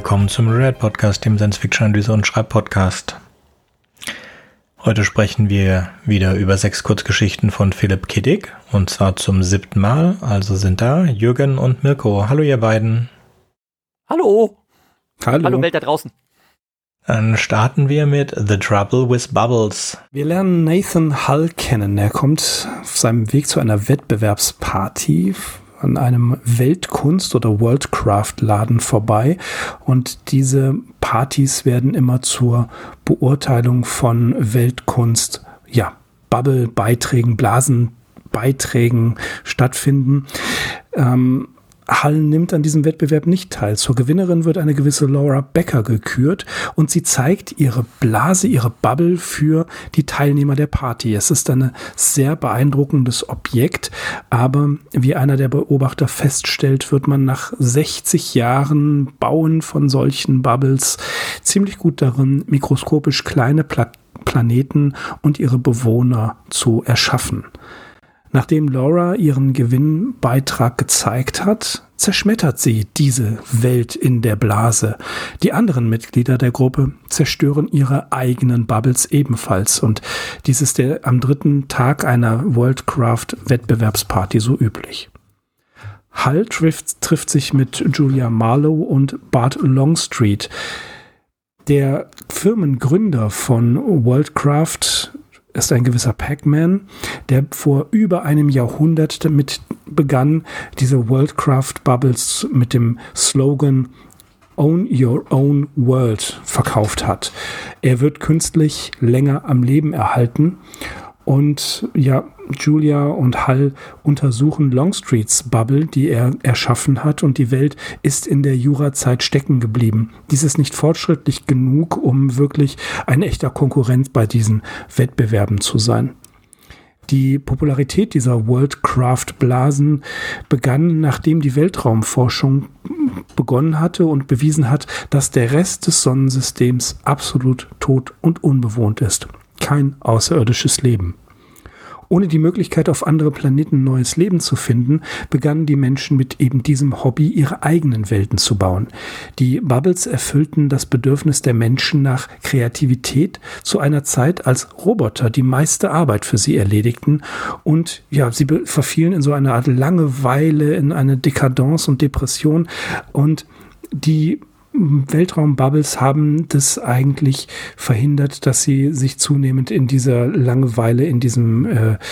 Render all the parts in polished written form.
willkommen zum Red Podcast, dem Science-Fiction-Analyse- und Schreibpodcast. Heute sprechen wir wieder über 6 Kurzgeschichten von Philipp K. Dick, und zwar zum 7. Mal. Also sind da Jürgen und Mirko. Hallo ihr beiden. Hallo. Hallo Welt da draußen. Dann starten wir mit The Trouble with Bubbles. Wir lernen Nathan Hull kennen. Er kommt auf seinem Weg zu einer Wettbewerbsparty an einem Weltkunst- oder Worldcraft-Laden vorbei. Und diese Partys werden immer zur Beurteilung von Weltkunst, Bubble-Beiträgen, Blasenbeiträgen stattfinden. Hull nimmt an diesem Wettbewerb nicht teil. Zur Gewinnerin wird eine gewisse Laura Becker gekürt und sie zeigt ihre Blase, ihre Bubble für die Teilnehmer der Party. Es ist ein sehr beeindruckendes Objekt, aber wie einer der Beobachter feststellt, wird man nach 60 Jahren Bauen von solchen Bubbles ziemlich gut darin, mikroskopisch kleine Planeten und ihre Bewohner zu erschaffen. Nachdem Laura ihren Gewinnbeitrag gezeigt hat, zerschmettert sie diese Welt in der Blase. Die anderen Mitglieder der Gruppe zerstören ihre eigenen Bubbles ebenfalls. Und dies ist am 3. Tag einer Worldcraft-Wettbewerbsparty so üblich. Hull trifft sich mit Julia Marlowe und Bart Longstreet. Der Firmengründer von Worldcraft ist ein gewisser Pac-Man, der vor über einem Jahrhundert damit begann, diese Worldcraft-Bubbles mit dem Slogan Own Your Own World verkauft hat. Er wird künstlich länger am Leben erhalten und Julia und Hull untersuchen Longstreets Bubble, die er erschaffen hat, und die Welt ist in der Jurazeit stecken geblieben. Dies ist nicht fortschrittlich genug, um wirklich ein echter Konkurrent bei diesen Wettbewerben zu sein. Die Popularität dieser Worldcraft-Blasen begann, nachdem die Weltraumforschung begonnen hatte und bewiesen hat, dass der Rest des Sonnensystems absolut tot und unbewohnt ist. Kein außerirdisches Leben. Ohne die Möglichkeit, auf andere Planeten neues Leben zu finden, begannen die Menschen mit eben diesem Hobby, ihre eigenen Welten zu bauen. Die Bubbles erfüllten das Bedürfnis der Menschen nach Kreativität zu einer Zeit, als Roboter die meiste Arbeit für sie erledigten. Und sie verfielen in so eine Art Langeweile, in eine Dekadence und Depression. Und die Weltraumbubbles haben das eigentlich verhindert, dass sie sich zunehmend in dieser Langeweile, in diesem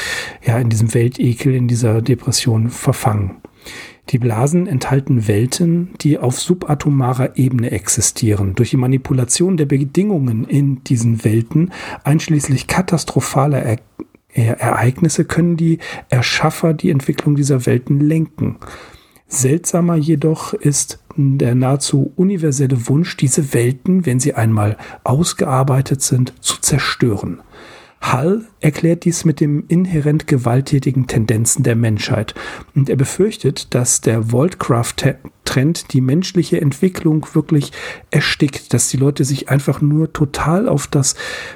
Weltekel, in dieser Depression verfangen. Die Blasen enthalten Welten, die auf subatomarer Ebene existieren. Durch die Manipulation der Bedingungen in diesen Welten, einschließlich katastrophaler Ereignisse, können die Erschaffer die Entwicklung dieser Welten lenken. Seltsamer jedoch ist der nahezu universelle Wunsch, diese Welten, wenn sie einmal ausgearbeitet sind, zu zerstören. Hull erklärt dies mit den inhärent gewalttätigen Tendenzen der Menschheit. Und er befürchtet, dass der Worldcraft-Trend die menschliche Entwicklung wirklich erstickt, dass die Leute sich einfach nur total auf das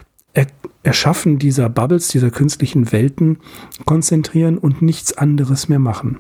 Erschaffen dieser Bubbles, dieser künstlichen Welten konzentrieren und nichts anderes mehr machen.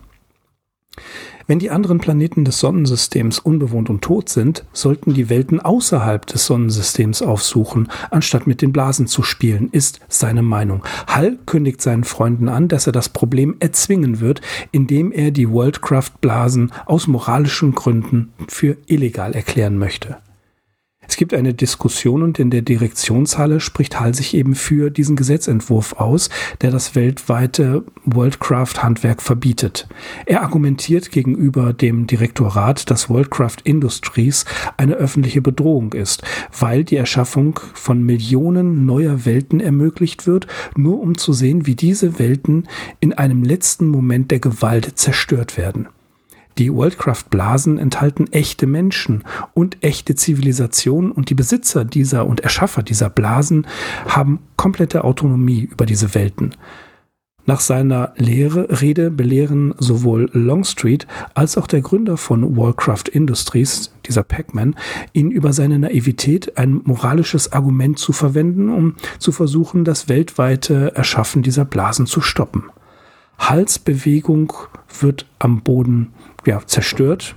Wenn die anderen Planeten des Sonnensystems unbewohnt und tot sind, sollten die Welten außerhalb des Sonnensystems aufsuchen, anstatt mit den Blasen zu spielen, ist seine Meinung. Hull kündigt seinen Freunden an, dass er das Problem erzwingen wird, indem er die Worldcraft-Blasen aus moralischen Gründen für illegal erklären möchte. Es gibt eine Diskussion und in der Direktionshalle spricht Hull sich eben für diesen Gesetzentwurf aus, der das weltweite Worldcraft-Handwerk verbietet. Er argumentiert gegenüber dem Direktorat, dass Worldcraft Industries eine öffentliche Bedrohung ist, weil die Erschaffung von Millionen neuer Welten ermöglicht wird, nur um zu sehen, wie diese Welten in einem letzten Moment der Gewalt zerstört werden. Die Worldcraft-Blasen enthalten echte Menschen und echte Zivilisationen, und die Besitzer dieser und Erschaffer dieser Blasen haben komplette Autonomie über diese Welten. Nach seiner Rede belehren sowohl Longstreet als auch der Gründer von Worldcraft Industries, dieser Pac-Man, ihn über seine Naivität, ein moralisches Argument zu verwenden, um zu versuchen, das weltweite Erschaffen dieser Blasen zu stoppen. Hulls Bewegung wird am Boden zerstört.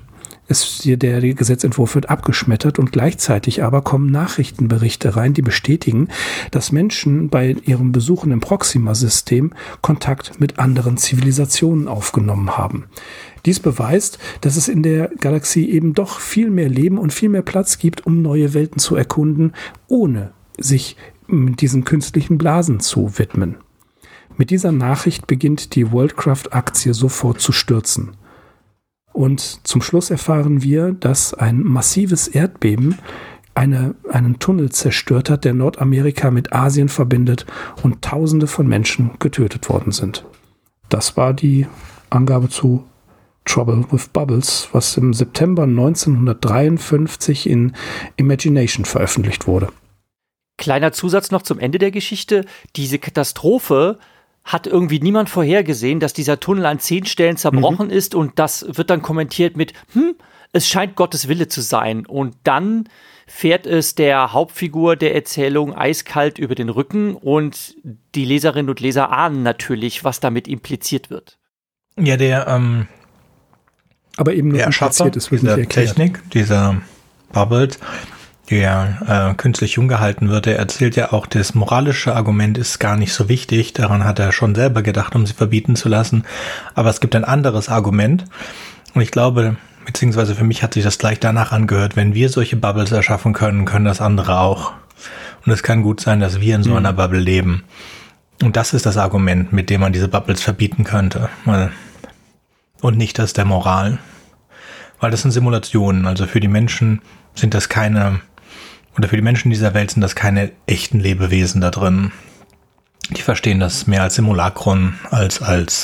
Der Gesetzentwurf wird abgeschmettert und gleichzeitig aber kommen Nachrichtenberichte rein, die bestätigen, dass Menschen bei ihrem Besuchen im Proxima-System Kontakt mit anderen Zivilisationen aufgenommen haben. Dies beweist, dass es in der Galaxie eben doch viel mehr Leben und viel mehr Platz gibt, um neue Welten zu erkunden, ohne sich mit diesen künstlichen Blasen zu widmen. Mit dieser Nachricht beginnt die Worldcraft-Aktie sofort zu stürzen. Und zum Schluss erfahren wir, dass ein massives Erdbeben einen Tunnel zerstört hat, der Nordamerika mit Asien verbindet und Tausende von Menschen getötet worden sind. Das war die Angabe zu Trouble with Bubbles, was im September 1953 in Imagination veröffentlicht wurde. Kleiner Zusatz noch zum Ende der Geschichte. Diese Katastrophe hat irgendwie niemand vorhergesehen, dass dieser Tunnel an 10 Stellen zerbrochen ist, und das wird dann kommentiert mit, es scheint Gottes Wille zu sein. Und dann fährt es der Hauptfigur der Erzählung eiskalt über den Rücken, und die Leserinnen und Leser ahnen natürlich, was damit impliziert wird. Ja, aber eben nur Erschaffer dieser Technik, dieser Bubbles, der künstlich jung gehalten wird, der erzählt ja auch, das moralische Argument ist gar nicht so wichtig. Daran hat er schon selber gedacht, um sie verbieten zu lassen. Aber es gibt ein anderes Argument. Und ich glaube, beziehungsweise für mich hat sich das gleich danach angehört, wenn wir solche Bubbles erschaffen können, können das andere auch. Und es kann gut sein, dass wir in so einer Bubble leben. Und das ist das Argument, mit dem man diese Bubbles verbieten könnte. Und nicht das der Moral. Weil das sind Simulationen. Also für die Menschen sind das keine, oder für die Menschen dieser Welt sind das keine echten Lebewesen da drin. Die verstehen das mehr als Simulacron als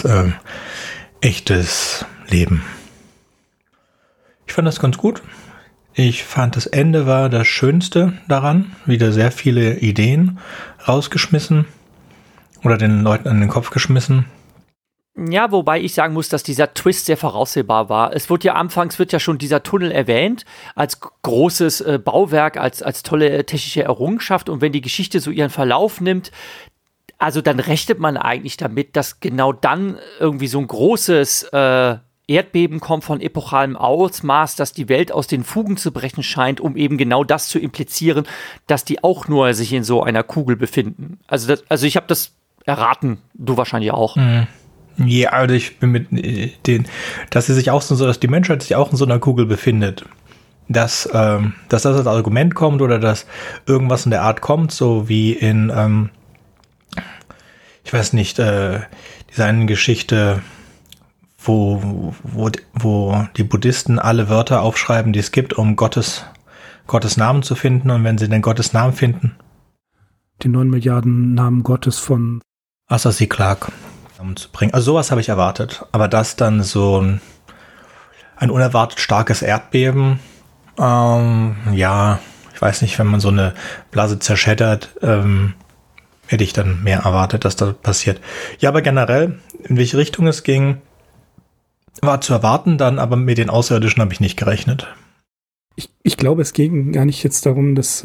echtes Leben. Ich fand das ganz gut. Ich fand, das Ende war das Schönste daran. Wieder sehr viele Ideen rausgeschmissen oder den Leuten an den Kopf geschmissen. Ja, wobei ich sagen muss, dass dieser Twist sehr voraussehbar war. Anfangs wird ja schon dieser Tunnel erwähnt als großes Bauwerk, als tolle technische Errungenschaft. Und wenn die Geschichte so ihren Verlauf nimmt, also dann rechnet man eigentlich damit, dass genau dann irgendwie so ein großes Erdbeben kommt von epochalem Ausmaß, dass die Welt aus den Fugen zu brechen scheint, um eben genau das zu implizieren, dass die auch nur sich in so einer Kugel befinden. Also ich habe das erraten, du wahrscheinlich auch. Ja, also ich bin mit dass die Menschheit sich auch in so einer Kugel befindet. Dass das als Argument kommt oder dass irgendwas in der Art kommt, so wie in, ich weiß nicht, diese eine Geschichte, wo die Buddhisten alle Wörter aufschreiben, die es gibt, um Gottes Namen zu finden, und wenn sie den Gottes Namen finden. Die 9 Milliarden Namen Gottes von Arthur C. Clarke zu bringen. Also sowas habe ich erwartet. Aber das dann so ein unerwartet starkes Erdbeben, ja, ich weiß nicht, wenn man so eine Blase zerschättert, hätte ich dann mehr erwartet, dass das passiert. Ja, aber generell, in welche Richtung es ging, war zu erwarten dann, aber mit den Außerirdischen habe ich nicht gerechnet. Ich glaube, es ging gar nicht jetzt darum, dass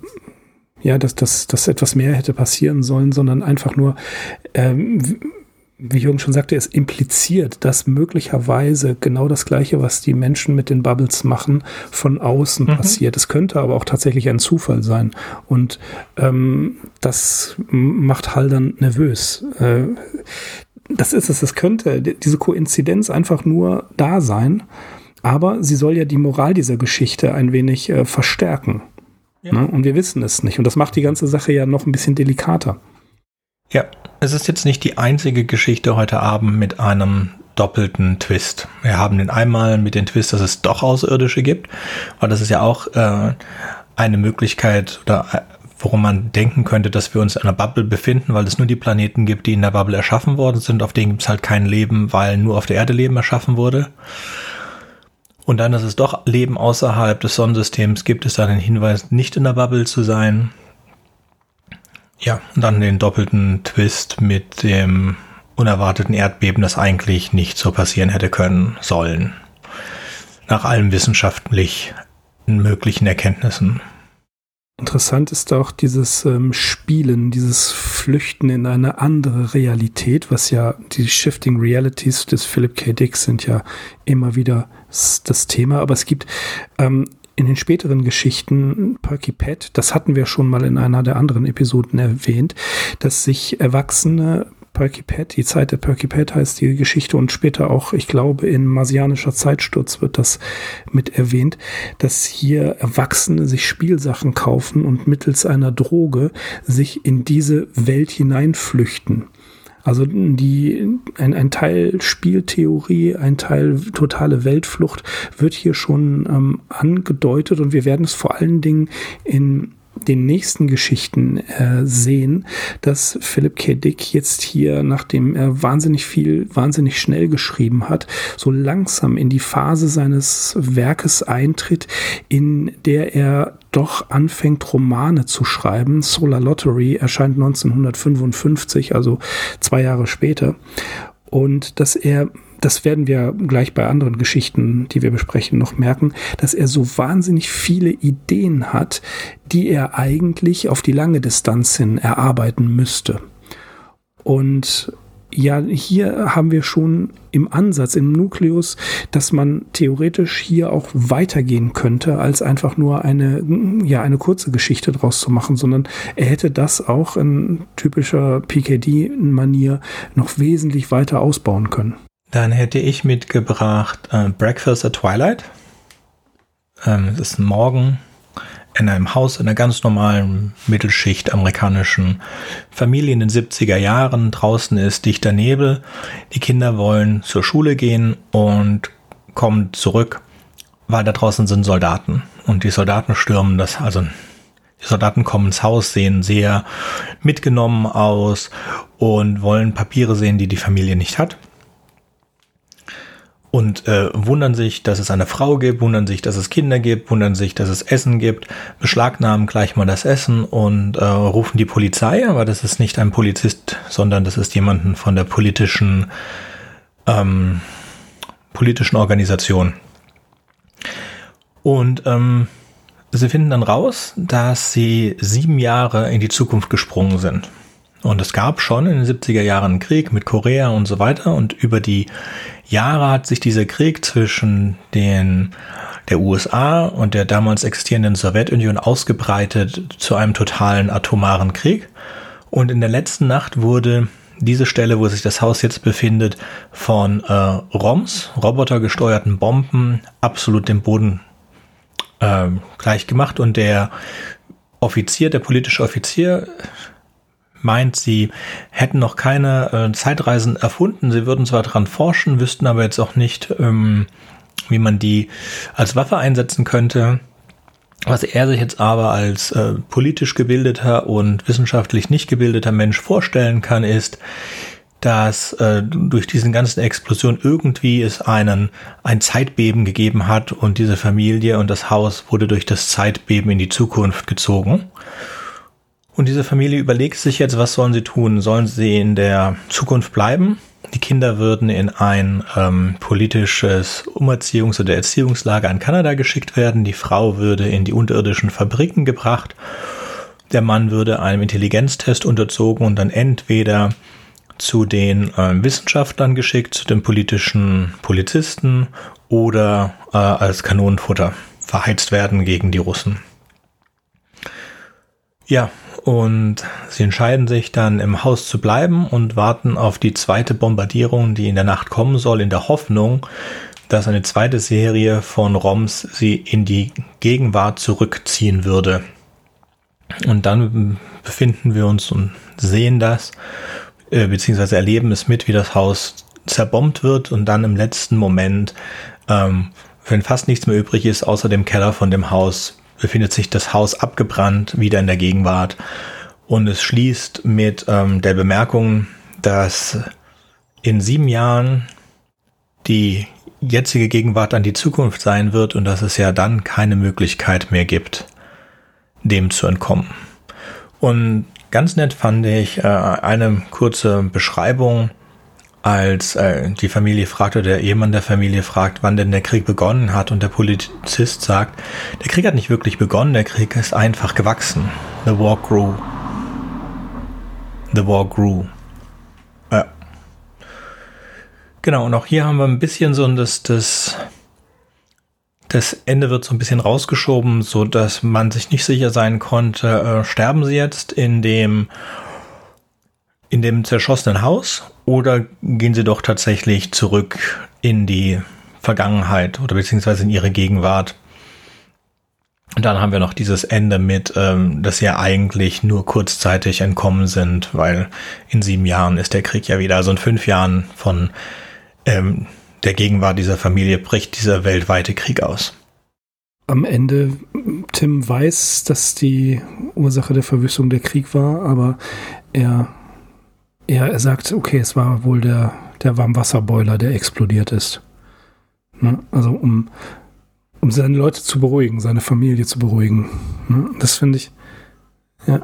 dass etwas mehr hätte passieren sollen, sondern einfach nur, wie Jürgen schon sagte, es impliziert, dass möglicherweise genau das Gleiche, was die Menschen mit den Bubbles machen, von außen passiert. Es könnte aber auch tatsächlich ein Zufall sein. Und das macht Hal dann nervös. Das ist es. Es könnte diese Koinzidenz einfach nur da sein. Aber sie soll ja die Moral dieser Geschichte ein wenig verstärken. Ja. Ne? Und wir wissen es nicht. Und das macht die ganze Sache ja noch ein bisschen delikater. Ja, es ist jetzt nicht die einzige Geschichte heute Abend mit einem doppelten Twist. Wir haben den einmal mit dem Twist, dass es doch Außerirdische gibt, weil das ist ja auch eine Möglichkeit, oder worum man denken könnte, dass wir uns in einer Bubble befinden, weil es nur die Planeten gibt, die in der Bubble erschaffen worden sind, auf denen gibt es halt kein Leben, weil nur auf der Erde Leben erschaffen wurde. Und dann, dass es doch Leben außerhalb des Sonnensystems gibt, ist dann ein Hinweis, nicht in der Bubble zu sein. Ja, und dann den doppelten Twist mit dem unerwarteten Erdbeben, das eigentlich nicht so passieren hätte können sollen. Nach allen wissenschaftlich möglichen Erkenntnissen. Interessant ist auch dieses Spielen, dieses Flüchten in eine andere Realität, was ja die Shifting Realities des Philip K. Dick sind ja immer wieder das Thema. Aber es gibt in den späteren Geschichten Perky Pet, das hatten wir schon mal in einer der anderen Episoden erwähnt, dass sich Erwachsene Perky Pet, die Zeit der Perky Pet heißt die Geschichte und später auch, ich glaube, in Marsianischer Zeitsturz wird das mit erwähnt, dass hier Erwachsene sich Spielsachen kaufen und mittels einer Droge sich in diese Welt hineinflüchten. Also ein Teil Spieltheorie, ein Teil totale Weltflucht wird hier schon angedeutet und wir werden es vor allen Dingen in den nächsten Geschichten sehen, dass Philip K. Dick jetzt hier, nachdem er wahnsinnig schnell geschrieben hat, so langsam in die Phase seines Werkes eintritt, in der er doch anfängt, Romane zu schreiben. Solar Lottery erscheint 1955, also 2 Jahre später. Und das werden wir gleich bei anderen Geschichten, die wir besprechen, noch merken, dass er so wahnsinnig viele Ideen hat, die er eigentlich auf die lange Distanz hin erarbeiten müsste. Und ja, hier haben wir schon im Ansatz, im Nukleus, dass man theoretisch hier auch weitergehen könnte, als einfach nur eine kurze Geschichte draus zu machen, sondern er hätte das auch in typischer PKD-Manier noch wesentlich weiter ausbauen können. Dann hätte ich mitgebracht Breakfast at Twilight. Es ist ein Morgen in einem Haus in einer ganz normalen Mittelschicht amerikanischen Familie in den 70er Jahren. Draußen ist dichter Nebel. Die Kinder wollen zur Schule gehen und kommen zurück, weil da draußen sind Soldaten. Und die Soldaten stürmen das, also die Soldaten kommen ins Haus, sehen sehr mitgenommen aus und wollen Papiere sehen, die die Familie nicht hat. Und wundern sich, dass es eine Frau gibt, wundern sich, dass es Kinder gibt, wundern sich, dass es Essen gibt, beschlagnahmen gleich mal das Essen und rufen die Polizei, aber das ist nicht ein Polizist, sondern das ist jemanden von der politischen Organisation. Und sie finden dann raus, dass sie 7 Jahre in die Zukunft gesprungen sind. Und es gab schon in den 70er Jahren einen Krieg mit Korea und so weiter. Und über die Jahre hat sich dieser Krieg zwischen der USA und der damals existierenden Sowjetunion ausgebreitet zu einem totalen atomaren Krieg. Und in der letzten Nacht wurde diese Stelle, wo sich das Haus jetzt befindet, von ROMs, robotergesteuerten Bomben, absolut dem Boden gleich gemacht. Und der politische Offizier meint, sie hätten noch keine Zeitreisen erfunden. Sie würden zwar daran forschen, wüssten aber jetzt auch nicht, wie man die als Waffe einsetzen könnte. Was er sich jetzt aber als politisch gebildeter und wissenschaftlich nicht gebildeter Mensch vorstellen kann, ist, dass durch diesen ganzen Explosion irgendwie es ein Zeitbeben gegeben hat und diese Familie und das Haus wurde durch das Zeitbeben in die Zukunft gezogen. Und diese Familie überlegt sich jetzt, was sollen sie tun? Sollen sie in der Zukunft bleiben? Die Kinder würden in ein politisches Umerziehungs- oder Erziehungslager in Kanada geschickt werden. Die Frau würde in die unterirdischen Fabriken gebracht. Der Mann würde einem Intelligenztest unterzogen und dann entweder zu den Wissenschaftlern geschickt, zu den politischen Polizisten oder als Kanonenfutter verheizt werden gegen die Russen. Ja, und sie entscheiden sich dann im Haus zu bleiben und warten auf die zweite Bombardierung, die in der Nacht kommen soll, in der Hoffnung, dass eine zweite Serie von ROMs sie in die Gegenwart zurückziehen würde. Und dann befinden wir uns und sehen das, beziehungsweise erleben es mit, wie das Haus zerbombt wird und dann im letzten Moment, wenn fast nichts mehr übrig ist, außer dem Keller von dem Haus, befindet sich das Haus abgebrannt, wieder in der Gegenwart. Und es schließt mit der Bemerkung, dass in 7 Jahren die jetzige Gegenwart an die Zukunft sein wird und dass es ja dann keine Möglichkeit mehr gibt, dem zu entkommen. Und ganz nett fand ich eine kurze Beschreibung als die Familie fragt oder der Ehemann der Familie fragt, wann denn der Krieg begonnen hat und der Polizist sagt, der Krieg hat nicht wirklich begonnen, der Krieg ist einfach gewachsen. The war grew. The war grew. Ja. Genau, und auch hier haben wir ein bisschen so das Ende wird so ein bisschen rausgeschoben, so dass man sich nicht sicher sein konnte, sterben sie jetzt in dem zerschossenen Haus oder gehen sie doch tatsächlich zurück in die Vergangenheit oder beziehungsweise in ihre Gegenwart. Und dann haben wir noch dieses Ende mit, dass sie ja eigentlich nur kurzzeitig entkommen sind, weil in 7 Jahren ist der Krieg ja wieder, also in 5 Jahren von der Gegenwart dieser Familie bricht dieser weltweite Krieg aus. Am Ende, Tim weiß, dass die Ursache der Verwüstung der Krieg war, aber er sagt, okay, es war wohl der Warmwasserboiler, der explodiert ist. Ne? Also um seine Leute zu beruhigen, seine Familie zu beruhigen. Ne? Das finde ich, ja.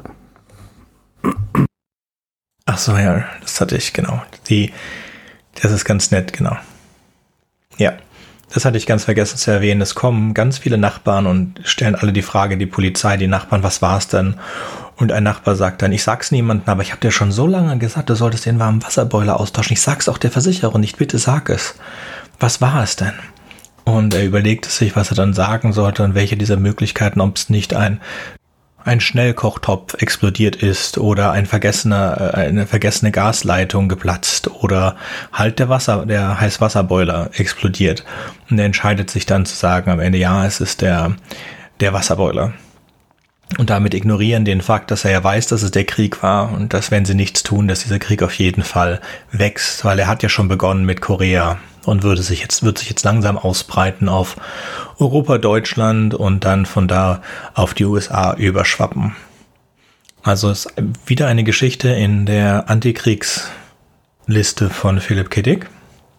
Ach so, ja, das hatte ich, genau. Das ist ganz nett, genau. Ja, das hatte ich ganz vergessen zu erwähnen. Es kommen ganz viele Nachbarn und stellen alle die Frage, die Polizei, die Nachbarn, was war es denn? Und ein Nachbar sagt dann, ich sag's niemandem, aber ich habe dir schon so lange gesagt, du solltest den warmen Wasserboiler austauschen. Ich sag's auch der Versichererin nicht, bitte sag es. Was war es denn? Und er überlegte sich, was er dann sagen sollte und welche dieser Möglichkeiten, ob es nicht ein Schnellkochtopf explodiert ist oder eine vergessene Gasleitung geplatzt oder halt der Heißwasserboiler explodiert. Und er entscheidet sich dann zu sagen am Ende, ja, es ist der Wasserboiler. Und damit ignorieren den Fakt, dass er ja weiß, dass es der Krieg war und dass, wenn sie nichts tun, dass dieser Krieg auf jeden Fall wächst, weil er hat ja schon begonnen mit Korea und wird sich jetzt langsam ausbreiten auf Europa, Deutschland und dann von da auf die USA überschwappen. Also es ist wieder eine Geschichte in der Antikriegsliste von Philip K. Dick.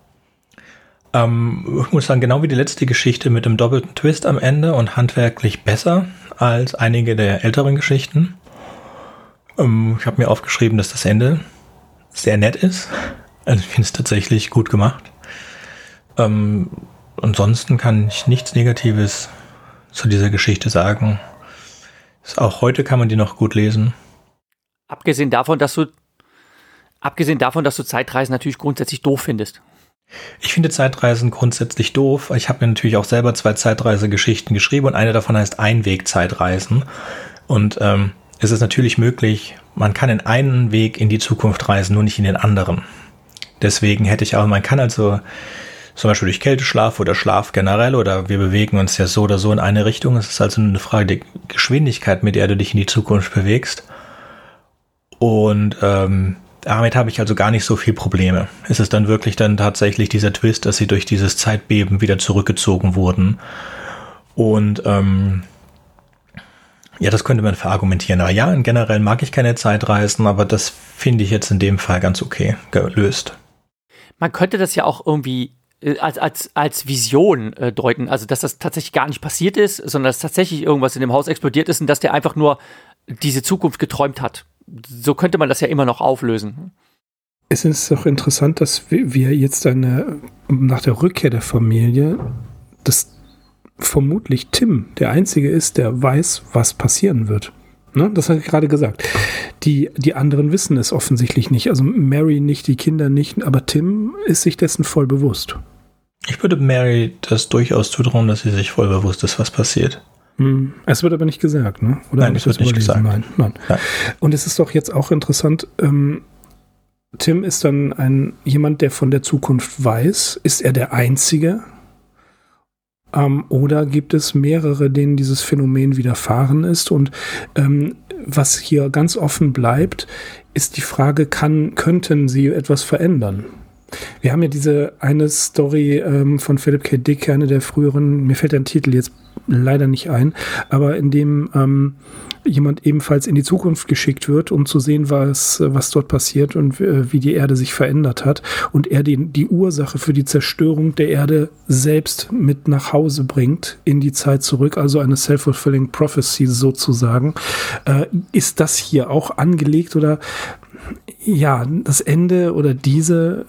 Ich muss sagen, genau wie die letzte Geschichte mit dem doppelten Twist am Ende und handwerklich besser als einige der älteren Geschichten. Ich habe mir aufgeschrieben, dass das Ende sehr nett ist. Also ich finde es tatsächlich gut gemacht. Ansonsten kann ich nichts Negatives zu dieser Geschichte sagen. Auch heute kann man die noch gut lesen. Abgesehen davon, dass du Zeitreisen natürlich grundsätzlich doof findest. Ich finde Zeitreisen grundsätzlich doof. Ich habe mir natürlich auch selber 2 Zeitreisegeschichten geschrieben und eine davon heißt Einweg-Zeitreisen. Und es ist natürlich möglich, man kann in einen Weg in die Zukunft reisen, nur nicht in den anderen. Deswegen man kann also zum Beispiel durch Kälteschlaf oder Schlaf generell oder wir bewegen uns ja so oder so in eine Richtung. Es ist also eine Frage der Geschwindigkeit, mit der du dich in die Zukunft bewegst. Und damit habe ich also gar nicht so viel Probleme. Es ist dann wirklich dann tatsächlich dieser Twist, dass sie durch dieses Zeitbeben wieder zurückgezogen wurden. Und das könnte man verargumentieren. Aber ja, generell mag ich keine Zeitreisen, aber das finde ich jetzt in dem Fall ganz okay gelöst. Man könnte das ja auch irgendwie als Vision deuten, also dass das tatsächlich gar nicht passiert ist, sondern dass tatsächlich irgendwas in dem Haus explodiert ist und dass der einfach nur diese Zukunft geträumt hat. So könnte man das ja immer noch auflösen. Es ist doch interessant, dass wir jetzt nach der Rückkehr der Familie, dass vermutlich Tim der Einzige ist, der weiß, was passieren wird. Ne? Das habe ich gerade gesagt. Die anderen wissen es offensichtlich nicht. Also Mary nicht, die Kinder nicht, aber Tim ist sich dessen voll bewusst. Ich würde Mary das durchaus zutrauen, dass sie sich voll bewusst ist, was passiert. Es wird aber nicht gesagt, ne? Oder nein, es wird nicht gesagt. Nein. Und es ist doch jetzt auch interessant, Tim ist dann jemand, der von der Zukunft weiß. Ist er der Einzige? Oder gibt es mehrere, denen dieses Phänomen widerfahren ist? Und was hier ganz offen bleibt, ist die Frage, könnten sie etwas verändern? Wir haben ja diese eine Story von Philip K. Dick, eine der früheren, mir fällt der Titel jetzt leider nicht ein, aber in dem jemand ebenfalls in die Zukunft geschickt wird, um zu sehen, was dort passiert und wie die Erde sich verändert hat. Und er die Ursache für die Zerstörung der Erde selbst mit nach Hause bringt, in die Zeit zurück, also eine self-fulfilling prophecy sozusagen. Ist das hier auch angelegt oder ja, das Ende oder diese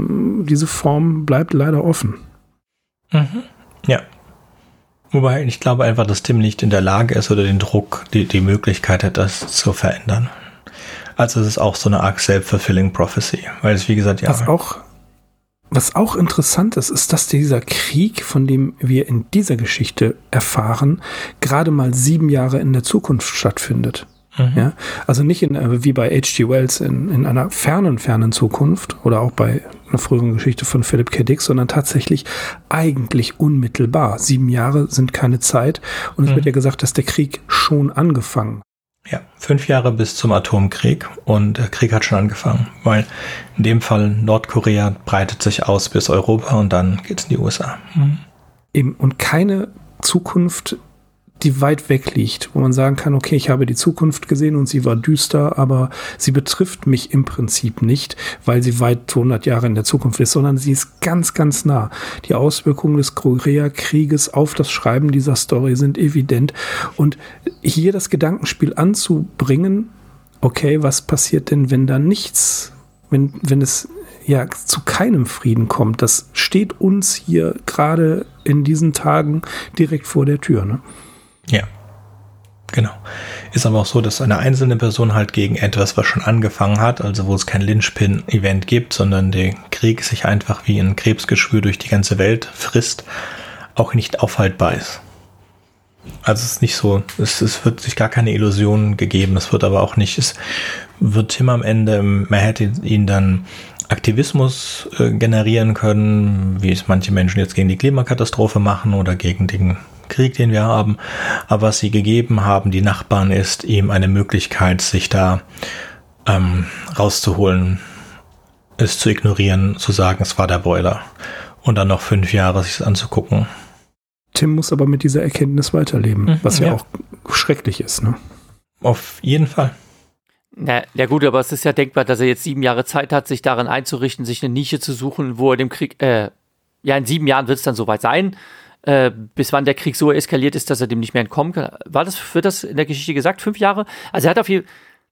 Form bleibt leider offen. Mhm. Ja. Wobei ich glaube einfach, dass Tim nicht in der Lage ist oder den Druck, die Möglichkeit hat, das zu verändern. Also es ist auch so eine Art self-fulfilling prophecy. Weil es, wie gesagt, ja. Was auch interessant ist, dass dieser Krieg, von dem wir in dieser Geschichte erfahren, gerade mal 7 Jahre in der Zukunft stattfindet. Ja, also nicht wie bei H.G. Wells in einer fernen Zukunft oder auch bei einer früheren Geschichte von Philip K. Dick, sondern tatsächlich eigentlich unmittelbar. 7 Jahre sind keine Zeit und es wird ja gesagt, dass der Krieg schon angefangen. Ja, 5 Jahre bis zum Atomkrieg und der Krieg hat schon angefangen, weil in dem Fall Nordkorea breitet sich aus bis Europa und dann geht's in die USA. Eben, und keine Zukunft, die weit weg liegt, wo man sagen kann, okay, ich habe die Zukunft gesehen und sie war düster, aber sie betrifft mich im Prinzip nicht, weil sie weit 100 Jahre in der Zukunft ist, sondern sie ist ganz, ganz nah. Die Auswirkungen des Koreakrieges auf das Schreiben dieser Story sind evident und hier das Gedankenspiel anzubringen, okay, was passiert denn, wenn da nichts, wenn es ja zu keinem Frieden kommt, das steht uns hier gerade in diesen Tagen direkt vor der Tür, ne? Ja, genau. Ist aber auch so, dass eine einzelne Person halt gegen etwas, was schon angefangen hat, also wo es kein Linchpin-Event gibt, sondern der Krieg sich einfach wie ein Krebsgeschwür durch die ganze Welt frisst, auch nicht aufhaltbar ist. Also es ist nicht so, es wird sich gar keine Illusion gegeben, es wird aber auch nicht, es wird Tim am Ende, man hätte ihn dann Aktivismus generieren können, wie es manche Menschen jetzt gegen die Klimakatastrophe machen oder gegen den Krieg, den wir haben. Aber was sie gegeben haben, die Nachbarn, ist ihm eine Möglichkeit, sich da rauszuholen, es zu ignorieren, zu sagen, es war der Boiler. Und dann noch 5 Jahre sich das anzugucken. Tim muss aber mit dieser Erkenntnis weiterleben, was ja auch schrecklich ist, ne? Auf jeden Fall. Na, ja gut, aber es ist ja denkbar, dass er jetzt 7 Jahre Zeit hat, sich daran einzurichten, sich eine Nische zu suchen, wo er dem Krieg, in 7 Jahren wird es dann soweit sein, bis wann der Krieg so eskaliert ist, dass er dem nicht mehr entkommen kann. Wird das in der Geschichte gesagt? 5 Jahre? Also er hat auf jeden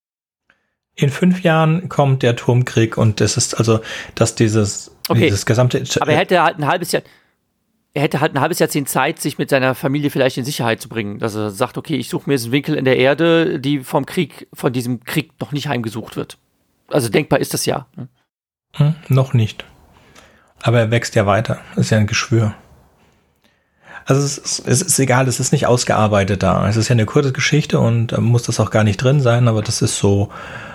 In 5 Jahren kommt der Atomkrieg und es ist also, dass dieses gesamte... Aber er hätte halt ein halbes Jahrzehnt Zeit, sich mit seiner Familie vielleicht in Sicherheit zu bringen. Dass er sagt, okay, ich suche mir jetzt einen Winkel in der Erde, die von diesem Krieg noch nicht heimgesucht wird. Also denkbar ist das ja. Noch nicht. Aber er wächst ja weiter. Das ist ja ein Geschwür. Also es ist egal, es ist nicht ausgearbeitet da. Es ist ja eine kurze Geschichte und muss das auch gar nicht drin sein, aber das ist so,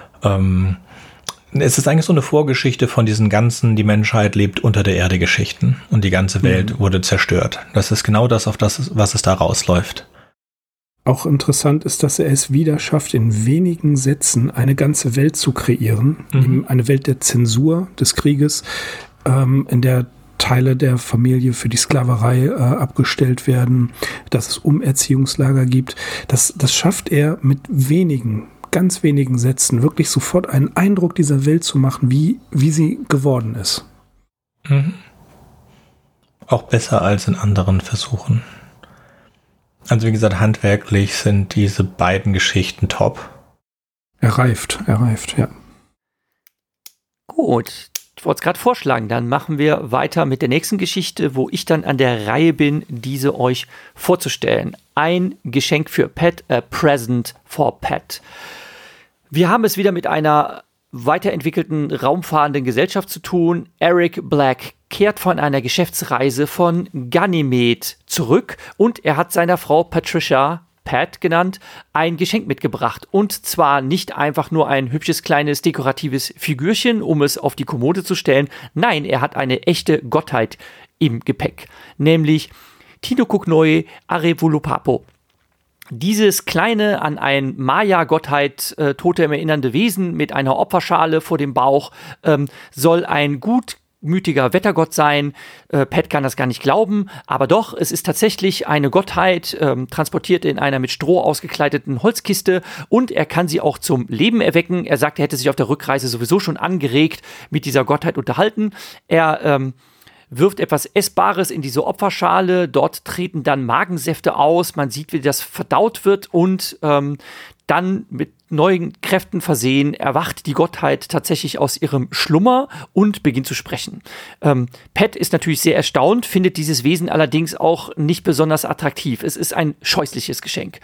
es ist eigentlich so eine Vorgeschichte von diesen ganzen, die Menschheit lebt unter der Erde Geschichten und die ganze Welt wurde zerstört. Das ist genau das, was es da rausläuft. Auch interessant ist, dass er es wieder schafft, in wenigen Sätzen eine ganze Welt zu kreieren. Eine Welt der Zensur, des Krieges, in der Teile der Familie für die Sklaverei abgestellt werden, dass es Umerziehungslager gibt. Das schafft er mit ganz wenigen Sätzen, wirklich sofort einen Eindruck dieser Welt zu machen, wie sie geworden ist. Auch besser als in anderen Versuchen. Also wie gesagt, handwerklich sind diese beiden Geschichten top. Er reift, ja. Gut. Ich wollte es gerade vorschlagen, dann machen wir weiter mit der nächsten Geschichte, wo ich dann an der Reihe bin, diese euch vorzustellen. Ein Geschenk für Pat, a present for Pat. Wir haben es wieder mit einer weiterentwickelten, raumfahrenden Gesellschaft zu tun. Eric Black kehrt von einer Geschäftsreise von Ganymed zurück und er hat seiner Frau Patricia, Pat genannt, ein Geschenk mitgebracht. Und zwar nicht einfach nur ein hübsches, kleines, dekoratives Figürchen, um es auf die Kommode zu stellen. Nein, er hat eine echte Gottheit im Gepäck. Nämlich Tinukuknoe Arevulupapo. Dieses kleine, an ein Maya-Gottheit Totem erinnernde Wesen mit einer Opferschale vor dem Bauch soll ein gut hochmütiger Wettergott sein. Pat kann das gar nicht glauben, aber doch, es ist tatsächlich eine Gottheit, transportiert in einer mit Stroh ausgekleideten Holzkiste, und er kann sie auch zum Leben erwecken. Er sagt, er hätte sich auf der Rückreise sowieso schon angeregt mit dieser Gottheit unterhalten. Er wirft etwas Essbares in diese Opferschale, dort treten dann Magensäfte aus, man sieht, wie das verdaut wird, und dann mit neuen Kräften versehen erwacht die Gottheit tatsächlich aus ihrem Schlummer und beginnt zu sprechen. Pat ist natürlich sehr erstaunt, findet dieses Wesen allerdings auch nicht besonders attraktiv. Es ist ein scheußliches Geschenk.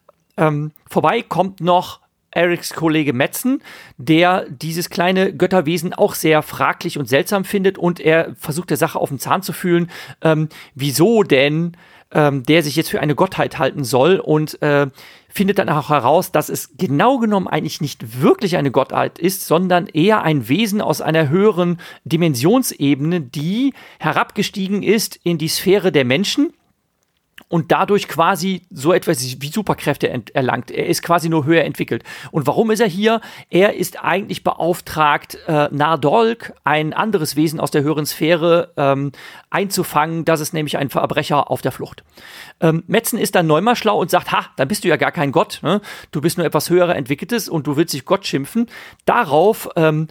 Vorbei kommt noch Erics Kollege Madsen, der dieses kleine Götterwesen auch sehr fraglich und seltsam findet, und er versucht der Sache auf den Zahn zu fühlen, wieso denn der sich jetzt für eine Gottheit halten soll, und findet dann auch heraus, dass es genau genommen eigentlich nicht wirklich eine Gottheit ist, sondern eher ein Wesen aus einer höheren Dimensionsebene, die herabgestiegen ist in die Sphäre der Menschen und dadurch quasi so etwas wie Superkräfte erlangt. Er ist quasi nur höher entwickelt. Und warum ist er hier? Er ist eigentlich beauftragt, Nardolk, ein anderes Wesen aus der höheren Sphäre, einzufangen. Das ist nämlich ein Verbrecher auf der Flucht. Madsen ist dann neunmal schlau und sagt, dann bist du ja gar kein Gott. Ne? Du bist nur etwas höher entwickeltes und du willst dich Gott schimpfen. Darauf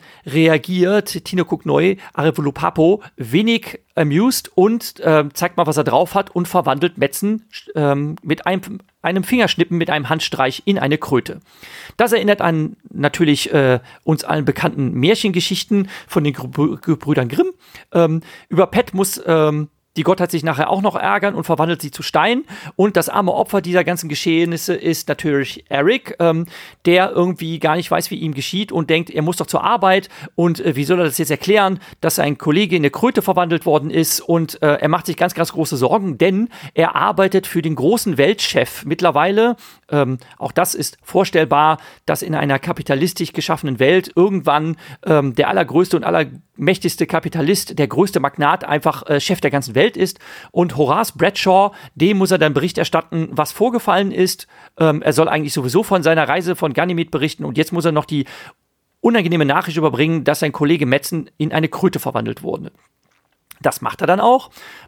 reagiert Tino Kuknoi Arevulupapo wenig amused und zeigt mal, was er drauf hat, und verwandelt Madsen mit einem Fingerschnippen, mit einem Handstreich in eine Kröte. Das erinnert an natürlich uns allen bekannten Märchengeschichten von den Gebrüdern Grimm. Über Pat muss die Gottheit sich nachher auch noch ärgern und verwandelt sie zu Stein. Und das arme Opfer dieser ganzen Geschehnisse ist natürlich Eric, der irgendwie gar nicht weiß, wie ihm geschieht und denkt, er muss doch zur Arbeit. Und wie soll er das jetzt erklären, dass sein Kollege in eine Kröte verwandelt worden ist? Und er macht sich ganz, ganz große Sorgen, denn er arbeitet für den großen Weltchef. Mittlerweile, auch das ist vorstellbar, dass in einer kapitalistisch geschaffenen Welt irgendwann der allergrößte und allermächtigste Kapitalist, der größte Magnat, einfach Chef der ganzen Welt ist, und Horace Bradshaw, dem muss er dann Bericht erstatten, was vorgefallen ist. Er soll eigentlich sowieso von seiner Reise von Ganymed berichten, und jetzt muss er noch die unangenehme Nachricht überbringen, dass sein Kollege Madsen in eine Kröte verwandelt wurde. Das macht er dann auch.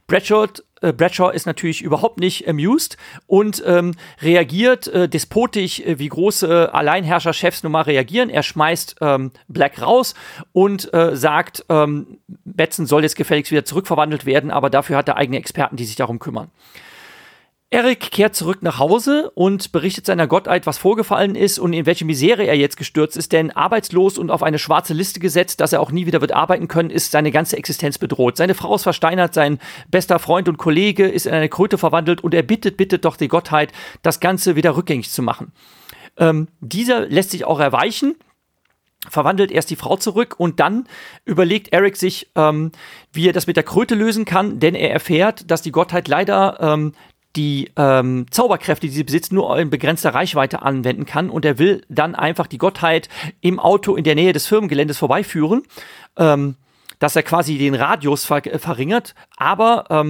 Bradshaw ist natürlich überhaupt nicht amused und reagiert despotisch, wie große Alleinherrscher-Chefs nun mal reagieren. Er schmeißt Black raus und sagt, Madsen soll jetzt gefälligst wieder zurückverwandelt werden, aber dafür hat er eigene Experten, die sich darum kümmern. Eric kehrt zurück nach Hause und berichtet seiner Gottheit, was vorgefallen ist und in welche Misere er jetzt gestürzt ist, denn arbeitslos und auf eine schwarze Liste gesetzt, dass er auch nie wieder wird arbeiten können, ist seine ganze Existenz bedroht. Seine Frau ist versteinert, sein bester Freund und Kollege ist in eine Kröte verwandelt, und er bittet doch die Gottheit, das Ganze wieder rückgängig zu machen. Dieser lässt sich auch erweichen, verwandelt erst die Frau zurück, und dann überlegt Eric sich, wie er das mit der Kröte lösen kann, denn er erfährt, dass die Gottheit leider die Zauberkräfte, die sie besitzt, nur in begrenzter Reichweite anwenden kann, und er will dann einfach die Gottheit im Auto in der Nähe des Firmengeländes vorbeiführen, dass er quasi den Radius verringert, aber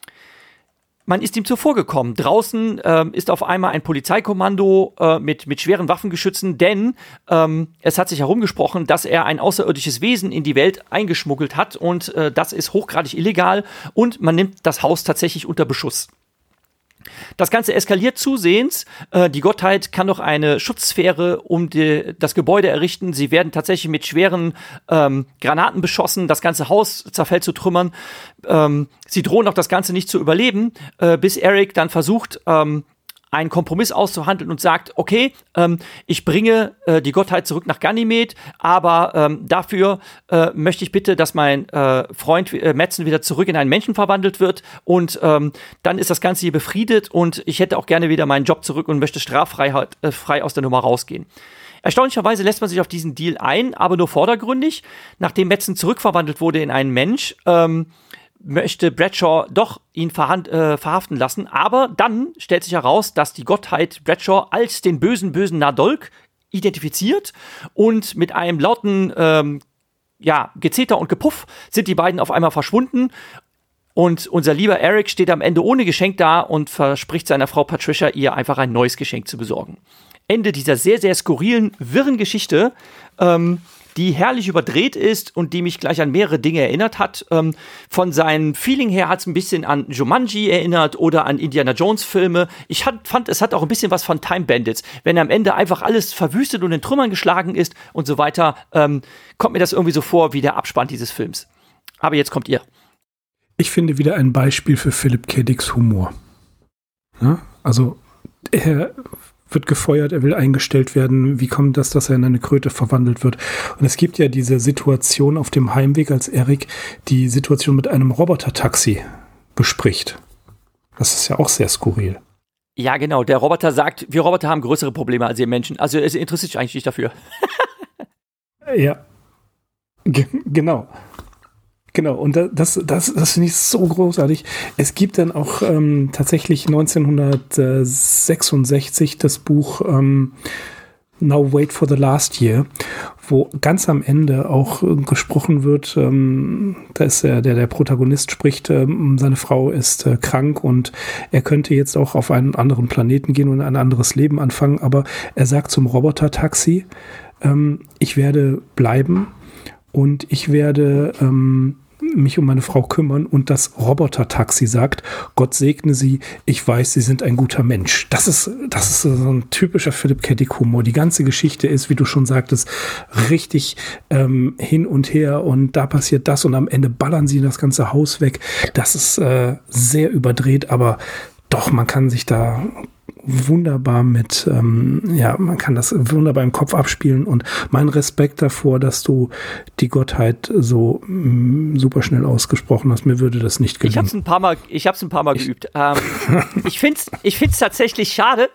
man ist ihm zuvor gekommen. Draußen ist auf einmal ein Polizeikommando mit schweren Waffengeschützen, denn es hat sich herumgesprochen, dass er ein außerirdisches Wesen in die Welt eingeschmuggelt hat, und das ist hochgradig illegal, und man nimmt das Haus tatsächlich unter Beschuss. Das Ganze eskaliert zusehends. Die Gottheit kann noch eine Schutzsphäre um das Gebäude errichten. Sie werden tatsächlich mit schweren Granaten beschossen. Das ganze Haus zerfällt zu Trümmern. Sie drohen auch das Ganze nicht zu überleben, bis Eric dann versucht, einen Kompromiss auszuhandeln und sagt, okay, ich bringe die Gottheit zurück nach Ganymed, aber dafür möchte ich bitte, dass mein Freund Madsen wieder zurück in einen Menschen verwandelt wird, und dann ist das Ganze hier befriedet, und ich hätte auch gerne wieder meinen Job zurück und möchte straffrei frei aus der Nummer rausgehen. Erstaunlicherweise lässt man sich auf diesen Deal ein, aber nur vordergründig. Nachdem Madsen zurückverwandelt wurde in einen Mensch, möchte Bradshaw doch ihn verhaften lassen, aber dann stellt sich heraus, dass die Gottheit Bradshaw als den bösen Nardolk identifiziert, und mit einem lauten Gezeter und Gepuff sind die beiden auf einmal verschwunden, und unser lieber Eric steht am Ende ohne Geschenk da und verspricht seiner Frau Patricia, ihr einfach ein neues Geschenk zu besorgen. Ende dieser sehr, sehr skurrilen, wirren Geschichte, die herrlich überdreht ist und die mich gleich an mehrere Dinge erinnert hat. Von seinem Feeling her hat es ein bisschen an Jumanji erinnert oder an Indiana Jones Filme. Ich fand, es hat auch ein bisschen was von Time Bandits. Wenn am Ende einfach alles verwüstet und in Trümmern geschlagen ist und so weiter, kommt mir das irgendwie so vor wie der Abspann dieses Films. Aber jetzt kommt ihr. Ich finde wieder ein Beispiel für Philip K. Dicks Humor. Ja, also er wird gefeuert, er will eingestellt werden. Wie kommt das, dass er in eine Kröte verwandelt wird? Und es gibt ja diese Situation auf dem Heimweg, als Eric die Situation mit einem Roboter-Taxi bespricht. Das ist ja auch sehr skurril. Ja, genau. Der Roboter sagt, wir Roboter haben größere Probleme als ihr Menschen. Also es interessiert sich eigentlich nicht dafür. Ja, genau. Genau, und das finde ich so großartig. Es gibt dann auch tatsächlich 1966 das Buch Now Wait for the Last Year, wo ganz am Ende auch gesprochen wird, da ist der Protagonist spricht, seine Frau ist krank und er könnte jetzt auch auf einen anderen Planeten gehen und ein anderes Leben anfangen, aber er sagt zum Roboter-Taxi, ich werde bleiben und ich werde mich um meine Frau kümmern, und das Roboter-Taxi sagt, Gott segne Sie, ich weiß, Sie sind ein guter Mensch. Das ist so ein typischer Philip K. Dick Humor. Die ganze Geschichte ist, wie du schon sagtest, richtig hin und her, und da passiert das und am Ende ballern sie das ganze Haus weg. Das ist sehr überdreht, aber doch, man kann sich da wunderbar man kann das wunderbar im Kopf abspielen, und mein Respekt davor, dass du die Gottheit so super schnell ausgesprochen hast. Mir würde das nicht gelingen. Ich hab's ein paar Mal geübt. Ich find's tatsächlich schade.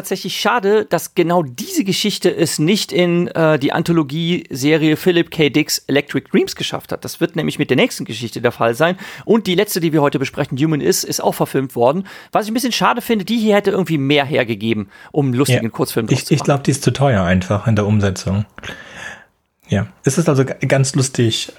Dass genau diese Geschichte es nicht in die Anthologie-Serie Philip K. Dicks Electric Dreams geschafft hat. Das wird nämlich mit der nächsten Geschichte der Fall sein. Und die letzte, die wir heute besprechen, Human ist auch verfilmt worden. Was ich ein bisschen schade finde, die hier hätte irgendwie mehr hergegeben, um einen lustigen Kurzfilm draus zu machen. Ich glaube, die ist zu teuer einfach in der Umsetzung. Ja, es ist also ganz lustig.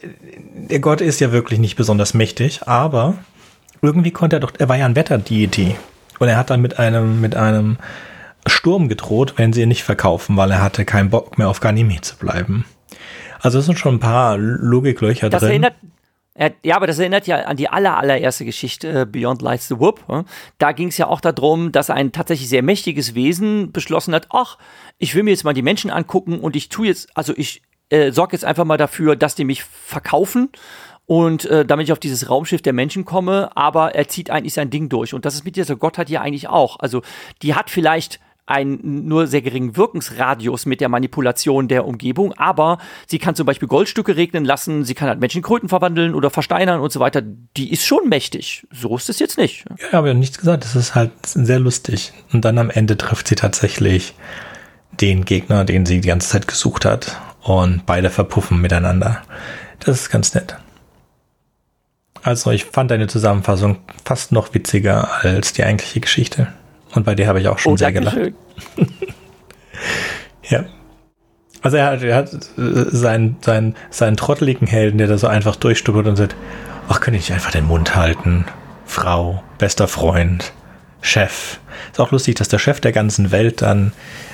Der Gott ist ja wirklich nicht besonders mächtig, aber irgendwie er war ja ein Wetterdeity. Und er hat dann mit einem Sturm gedroht, wenn sie ihn nicht verkaufen, weil er hatte keinen Bock mehr auf Ganymed zu bleiben. Also es sind schon ein paar Logiklöcher drin. Aber das erinnert ja an die allererste Geschichte, Beyond Lights the Whoop. Da ging es ja auch darum, dass ein tatsächlich sehr mächtiges Wesen beschlossen hat, ich will mir jetzt mal die Menschen angucken und ich sorge jetzt einfach mal dafür, dass die mich verkaufen und damit ich auf dieses Raumschiff der Menschen komme, aber er zieht eigentlich sein Ding durch. Und das ist mit dieser Gottheit ja eigentlich auch. Also die hat vielleicht einen nur sehr geringen Wirkungsradius mit der Manipulation der Umgebung, aber sie kann zum Beispiel Goldstücke regnen lassen, sie kann halt Menschen in Kröten verwandeln oder versteinern und so weiter. Die ist schon mächtig. So ist es jetzt nicht. Ja, aber nichts gesagt. Das ist halt sehr lustig. Und dann am Ende trifft sie tatsächlich den Gegner, den sie die ganze Zeit gesucht hat, und beide verpuffen miteinander. Das ist ganz nett. Also ich fand deine Zusammenfassung fast noch witziger als die eigentliche Geschichte. Und bei der habe ich auch schon sehr gelacht. Ja. Also er hat seinen trotteligen Helden, der da so einfach durchstuppert und sagt, kann ich nicht einfach den Mund halten? Frau, bester Freund, Chef. Ist auch lustig, dass der Chef der ganzen Welt dann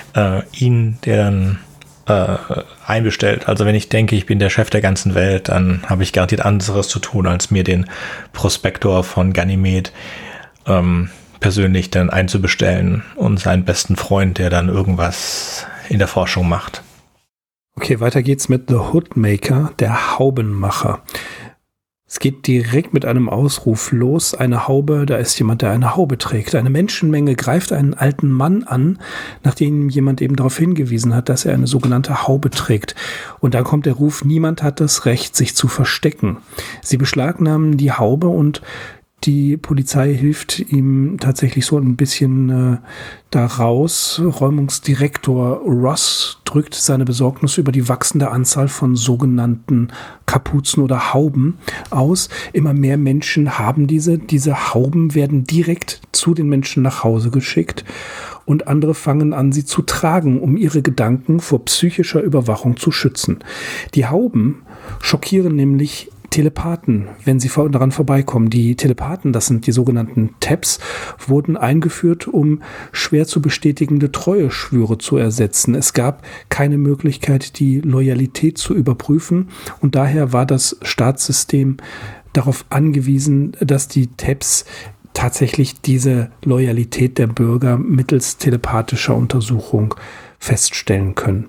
einbestellt. Also wenn ich denke, ich bin der Chef der ganzen Welt, dann habe ich garantiert anderes zu tun, als mir den Prospektor von Ganymed persönlich dann einzubestellen und seinen besten Freund, der dann irgendwas in der Forschung macht. Okay, weiter geht's mit The Hoodmaker, der Haubenmacher. Es geht direkt mit einem Ausruf los. Eine Haube, da ist jemand, der eine Haube trägt. Eine Menschenmenge greift einen alten Mann an, nachdem jemand eben darauf hingewiesen hat, dass er eine sogenannte Haube trägt. Und dann kommt der Ruf, niemand hat das Recht, sich zu verstecken. Sie beschlagnahmen die Haube und die Polizei hilft ihm tatsächlich so ein bisschen da raus. Räumungsdirektor Ross drückt seine Besorgnis über die wachsende Anzahl von sogenannten Kapuzen oder Hauben aus. Immer mehr Menschen haben diese. Diese Hauben werden direkt zu den Menschen nach Hause geschickt und andere fangen an, sie zu tragen, um ihre Gedanken vor psychischer Überwachung zu schützen. Die Hauben schockieren nämlich Telepathen, wenn sie daran vorbeikommen. Die Telepathen, das sind die sogenannten Taps, wurden eingeführt, um schwer zu bestätigende Treueschwüre zu ersetzen. Es gab keine Möglichkeit, die Loyalität zu überprüfen, und daher war das Staatssystem darauf angewiesen, dass die Taps tatsächlich diese Loyalität der Bürger mittels telepathischer Untersuchung feststellen können.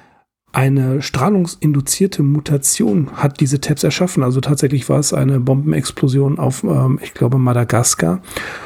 Eine strahlungsinduzierte Mutation hat diese Taps erschaffen. Also tatsächlich war es eine Bombenexplosion auf, ich glaube, Madagaskar.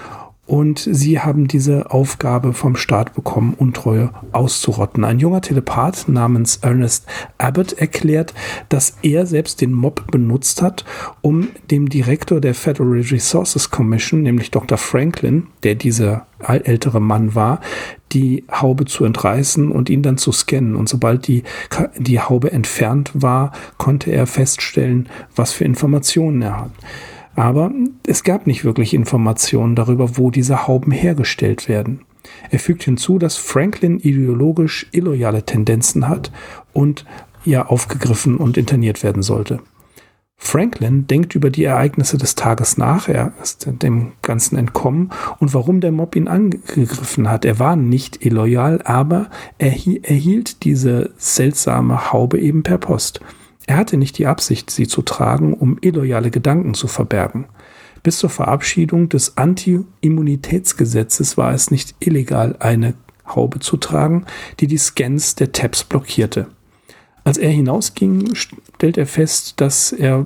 Und sie haben diese Aufgabe vom Staat bekommen, Untreue auszurotten. Ein junger Telepath namens Ernest Abbott erklärt, dass er selbst den Mob benutzt hat, um dem Direktor der Federal Resources Commission, nämlich Dr. Franklin, der dieser ältere Mann war, die Haube zu entreißen und ihn dann zu scannen. Und sobald die Haube entfernt war, konnte er feststellen, was für Informationen er hat. Aber es gab nicht wirklich Informationen darüber, wo diese Hauben hergestellt werden. Er fügt hinzu, dass Franklin ideologisch illoyale Tendenzen hat und aufgegriffen und interniert werden sollte. Franklin denkt über die Ereignisse des Tages nach, er ist dem Ganzen entkommen, und warum der Mob ihn angegriffen hat. Er war nicht illoyal, aber er erhielt diese seltsame Haube eben per Post. Er hatte nicht die Absicht, sie zu tragen, um illoyale Gedanken zu verbergen. Bis zur Verabschiedung des Anti-Immunitätsgesetzes war es nicht illegal, eine Haube zu tragen, die die Scans der Taps blockierte. Als er hinausging, stellt er fest, dass er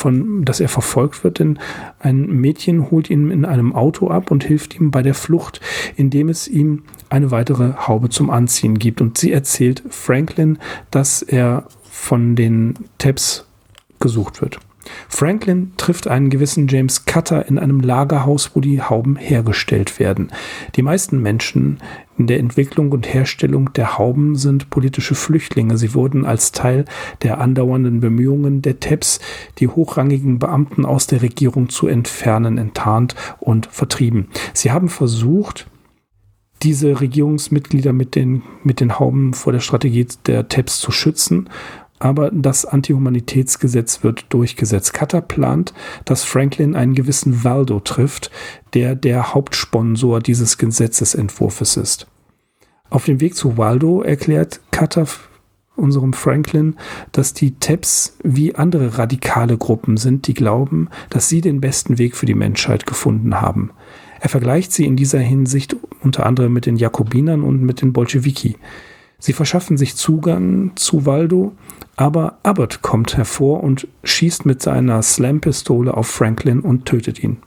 verfolgt wird, denn ein Mädchen holt ihn in einem Auto ab und hilft ihm bei der Flucht, indem es ihm eine weitere Haube zum Anziehen gibt. Und sie erzählt Franklin, dass er von den Taps gesucht wird. Franklin trifft einen gewissen James Cutter in einem Lagerhaus, wo die Hauben hergestellt werden. Die meisten Menschen in der Entwicklung und Herstellung der Hauben sind politische Flüchtlinge. Sie wurden als Teil der andauernden Bemühungen der Taps, die hochrangigen Beamten aus der Regierung zu entfernen, enttarnt und vertrieben. Sie haben versucht, diese Regierungsmitglieder mit den Hauben vor der Strategie der Taps zu schützen, aber das Antihumanitätsgesetz wird durchgesetzt. Cutter plant, dass Franklin einen gewissen Waldo trifft, der Hauptsponsor dieses Gesetzesentwurfs ist. Auf dem Weg zu Waldo erklärt Cutter unserem Franklin, dass die Taps wie andere radikale Gruppen sind, die glauben, dass sie den besten Weg für die Menschheit gefunden haben. Er vergleicht sie in dieser Hinsicht unter anderem mit den Jakobinern und mit den Bolschewiki. Sie verschaffen sich Zugang zu Waldo, aber Abbott kommt hervor und schießt mit seiner Slam-Pistole auf Franklin und tötet ihn.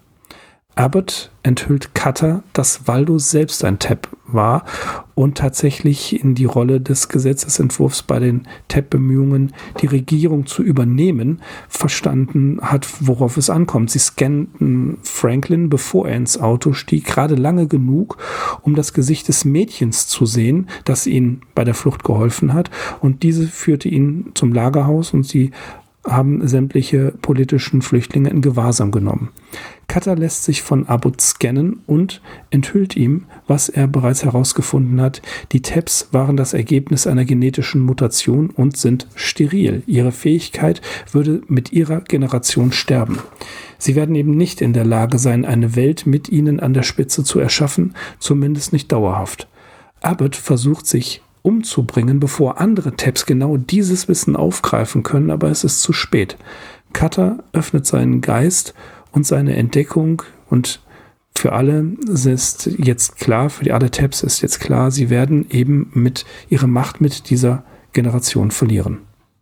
Abbott enthüllt Cutter, dass Waldo selbst ein Tap war und tatsächlich in die Rolle des Gesetzesentwurfs bei den Tap-Bemühungen, die Regierung zu übernehmen, verstanden hat, worauf es ankommt. Sie scannten Franklin, bevor er ins Auto stieg, gerade lange genug, um das Gesicht des Mädchens zu sehen, das ihm bei der Flucht geholfen hat, und diese führte ihn zum Lagerhaus und sie haben sämtliche politischen Flüchtlinge in Gewahrsam genommen. Cutter lässt sich von Abbott scannen und enthüllt ihm, was er bereits herausgefunden hat. Die Taps waren das Ergebnis einer genetischen Mutation und sind steril. Ihre Fähigkeit würde mit ihrer Generation sterben. Sie werden eben nicht in der Lage sein, eine Welt mit ihnen an der Spitze zu erschaffen, zumindest nicht dauerhaft. Abbott versucht sich umzubringen, bevor andere Taps genau dieses Wissen aufgreifen können, aber es ist zu spät. Cutter öffnet seinen Geist und seine Entdeckung, und für alle ist jetzt klar, für alle Taps ist jetzt klar, sie werden eben mit ihrer Macht mit dieser Generation verlieren.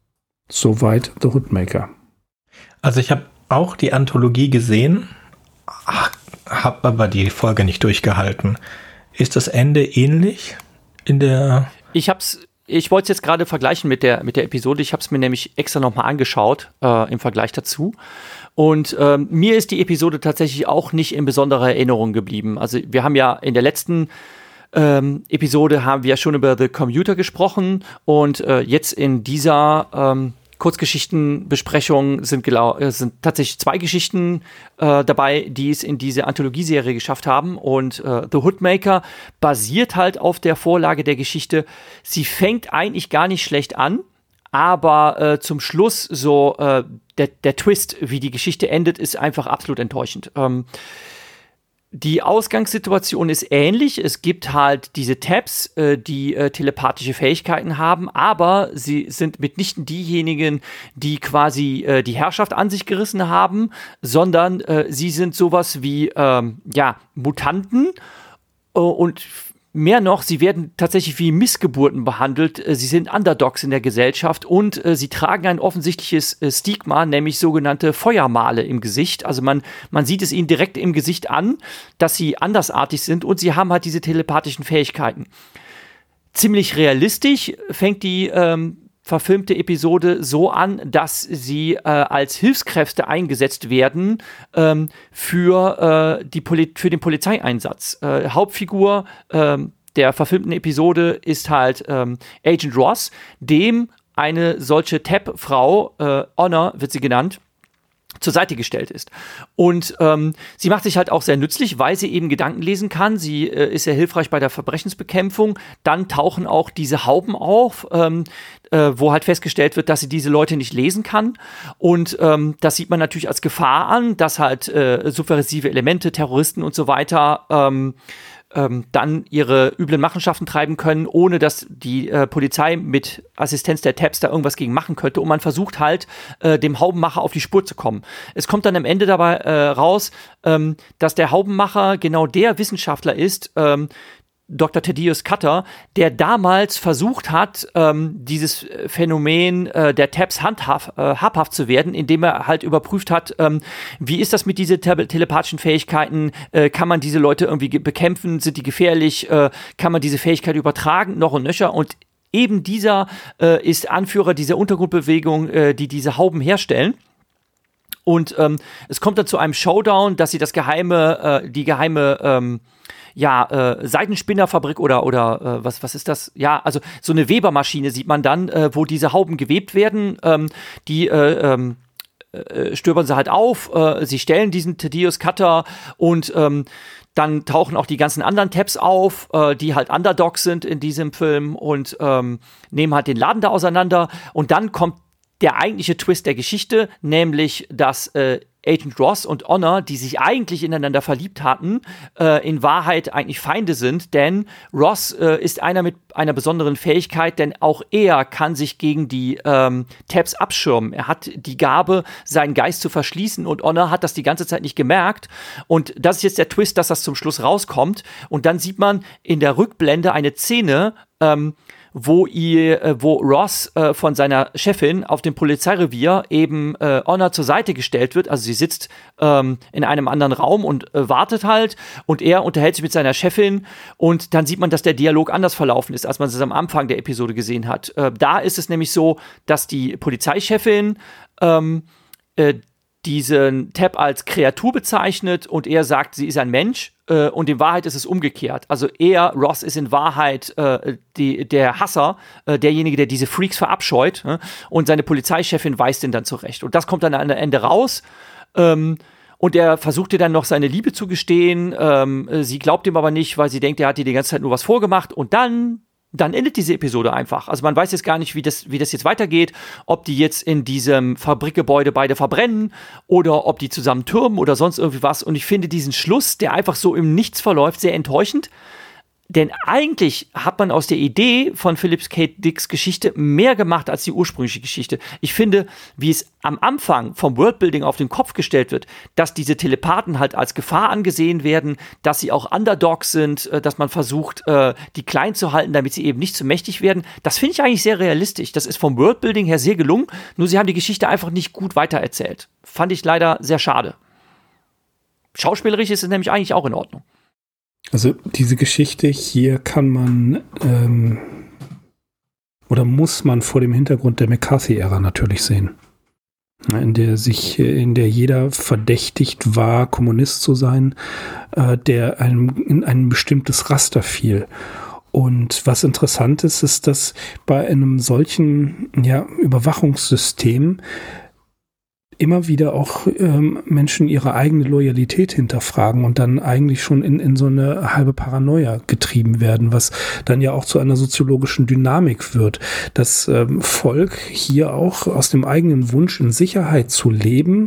Soweit The Hoodmaker. Also ich habe auch die Anthologie gesehen, habe aber die Folge nicht durchgehalten. Ist das Ende ähnlich in der... Ich wollte es jetzt gerade vergleichen mit der Episode. Ich habe es mir nämlich extra nochmal angeschaut im Vergleich dazu. Und mir ist die Episode tatsächlich auch nicht in besonderer Erinnerung geblieben. Also wir haben ja in der letzten Episode haben wir ja schon über The Commuter gesprochen, und jetzt in dieser Kurzgeschichtenbesprechung sind tatsächlich 2 Geschichten dabei, die es in diese Anthologieserie geschafft haben. Und The Hoodmaker basiert halt auf der Vorlage der Geschichte. Sie fängt eigentlich gar nicht schlecht an, aber zum Schluss so der Twist, wie die Geschichte endet, ist einfach absolut enttäuschend. Die Ausgangssituation ist ähnlich. Es gibt halt diese Tabs, die telepathische Fähigkeiten haben, aber sie sind mitnichten diejenigen, die quasi die Herrschaft an sich gerissen haben, sondern sie sind sowas wie Mutanten und mehr noch, sie werden tatsächlich wie Missgeburten behandelt. Sie sind Underdogs in der Gesellschaft und sie tragen ein offensichtliches Stigma, nämlich sogenannte Feuermale im Gesicht. Also man sieht es ihnen direkt im Gesicht an, dass sie andersartig sind und sie haben halt diese telepathischen Fähigkeiten. Ziemlich realistisch fängt die verfilmte Episode so an, dass sie als Hilfskräfte eingesetzt werden für den Polizeieinsatz. Hauptfigur der verfilmten Episode ist halt Agent Ross, dem eine solche Tab-Frau, Honor wird sie genannt, zur Seite gestellt ist. Und sie macht sich halt auch sehr nützlich, weil sie eben Gedanken lesen kann. Sie ist sehr hilfreich bei der Verbrechensbekämpfung. Dann tauchen auch diese Hauben auf, wo halt festgestellt wird, dass sie diese Leute nicht lesen kann. Und das sieht man natürlich als Gefahr an, dass halt subversive Elemente, Terroristen und so weiter dann ihre üblen Machenschaften treiben können, ohne dass die Polizei mit Assistenz der Tabs da irgendwas gegen machen könnte. Und man versucht halt, dem Haubenmacher auf die Spur zu kommen. Es kommt dann am Ende dabei raus, dass der Haubenmacher genau der Wissenschaftler ist, Dr. Thaddeus Cutter, der damals versucht hat, dieses Phänomen der Tabs habhaft zu werden, indem er halt überprüft hat, wie ist das mit diesen telepathischen Fähigkeiten, kann man diese Leute irgendwie bekämpfen, sind die gefährlich, kann man diese Fähigkeit übertragen, noch und nöcher. Und eben dieser ist Anführer dieser Untergrundbewegung, die diese Hauben herstellen. Und es kommt dann zu einem Showdown, dass sie die geheime Seidenspinnerfabrik oder was ist das? Ja, also so eine Webermaschine sieht man dann, wo diese Hauben gewebt werden. Die stöbern sie halt auf, sie stellen diesen Thaddeus Cutter und dann tauchen auch die ganzen anderen Tabs auf, die halt Underdogs sind in diesem Film und nehmen halt den Laden da auseinander. Und dann kommt der eigentliche Twist der Geschichte, nämlich, dass Agent Ross und Honor, die sich eigentlich ineinander verliebt hatten, in Wahrheit eigentlich Feinde sind, denn Ross ist einer mit einer besonderen Fähigkeit, denn auch er kann sich gegen die Tabs abschirmen. Er hat die Gabe, seinen Geist zu verschließen und Honor hat das die ganze Zeit nicht gemerkt und das ist jetzt der Twist, dass das zum Schluss rauskommt und dann sieht man in der Rückblende eine Szene, wo Ross von seiner Chefin auf dem Polizeirevier eben Honor zur Seite gestellt wird. Also sie sitzt in einem anderen Raum und wartet halt und er unterhält sich mit seiner Chefin und dann sieht man, dass der Dialog anders verlaufen ist, als man es am Anfang der Episode gesehen hat. Da ist es nämlich so, dass die Polizeichefin diesen Tab als Kreatur bezeichnet und er sagt, sie ist ein Mensch und in Wahrheit ist es umgekehrt. Also Ross ist in Wahrheit der Hasser, derjenige, der diese Freaks verabscheut und seine Polizeichefin weist ihn dann zurecht. Und das kommt dann am Ende raus und er versucht ihr dann noch seine Liebe zu gestehen. Sie glaubt ihm aber nicht, weil sie denkt, er hat ihr die ganze Zeit nur was vorgemacht und dann endet diese Episode einfach. Also man weiß jetzt gar nicht, wie das jetzt weitergeht, ob die jetzt in diesem Fabrikgebäude beide verbrennen oder ob die zusammen türmen oder sonst irgendwie was. Und ich finde diesen Schluss, der einfach so im Nichts verläuft, sehr enttäuschend. Denn eigentlich hat man aus der Idee von Philip K. Dicks Geschichte mehr gemacht als die ursprüngliche Geschichte. Ich finde, wie es am Anfang vom Worldbuilding auf den Kopf gestellt wird, dass diese Telepathen halt als Gefahr angesehen werden, dass sie auch Underdogs sind, dass man versucht, die klein zu halten, damit sie eben nicht zu mächtig werden. Das finde ich eigentlich sehr realistisch. Das ist vom Worldbuilding her sehr gelungen, nur sie haben die Geschichte einfach nicht gut weitererzählt. Fand ich leider sehr schade. Schauspielerisch ist es nämlich eigentlich auch in Ordnung. Also diese Geschichte hier kann man oder muss man vor dem Hintergrund der McCarthy-Ära natürlich sehen. In der jeder verdächtigt war, Kommunist zu sein, der in ein bestimmtes Raster fiel. Und was interessant ist, dass bei einem solchen Überwachungssystem immer wieder auch Menschen ihre eigene Loyalität hinterfragen und dann eigentlich schon in so eine halbe Paranoia getrieben werden, was dann ja auch zu einer soziologischen Dynamik wird. Das Volk hier auch aus dem eigenen Wunsch in Sicherheit zu leben,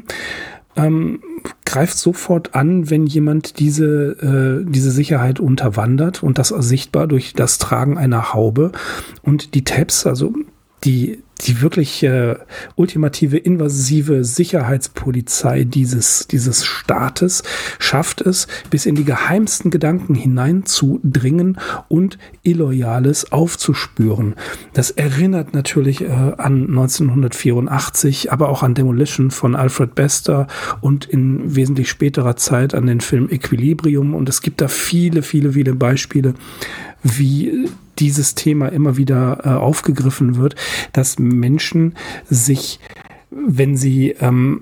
greift sofort an, wenn jemand diese Sicherheit unterwandert, und das sichtbar durch das Tragen einer Haube. Und die Tabs, also die wirklich ultimative invasive Sicherheitspolizei dieses Staates, schafft es, bis in die geheimsten Gedanken hineinzudringen und Illoyales aufzuspüren. Das erinnert natürlich an 1984, aber auch an Demolition von Alfred Bester und in wesentlich späterer Zeit an den Film Equilibrium. Und es gibt da viele, viele, viele Beispiele, wie dieses Thema immer wieder aufgegriffen wird, dass Menschen sich, wenn sie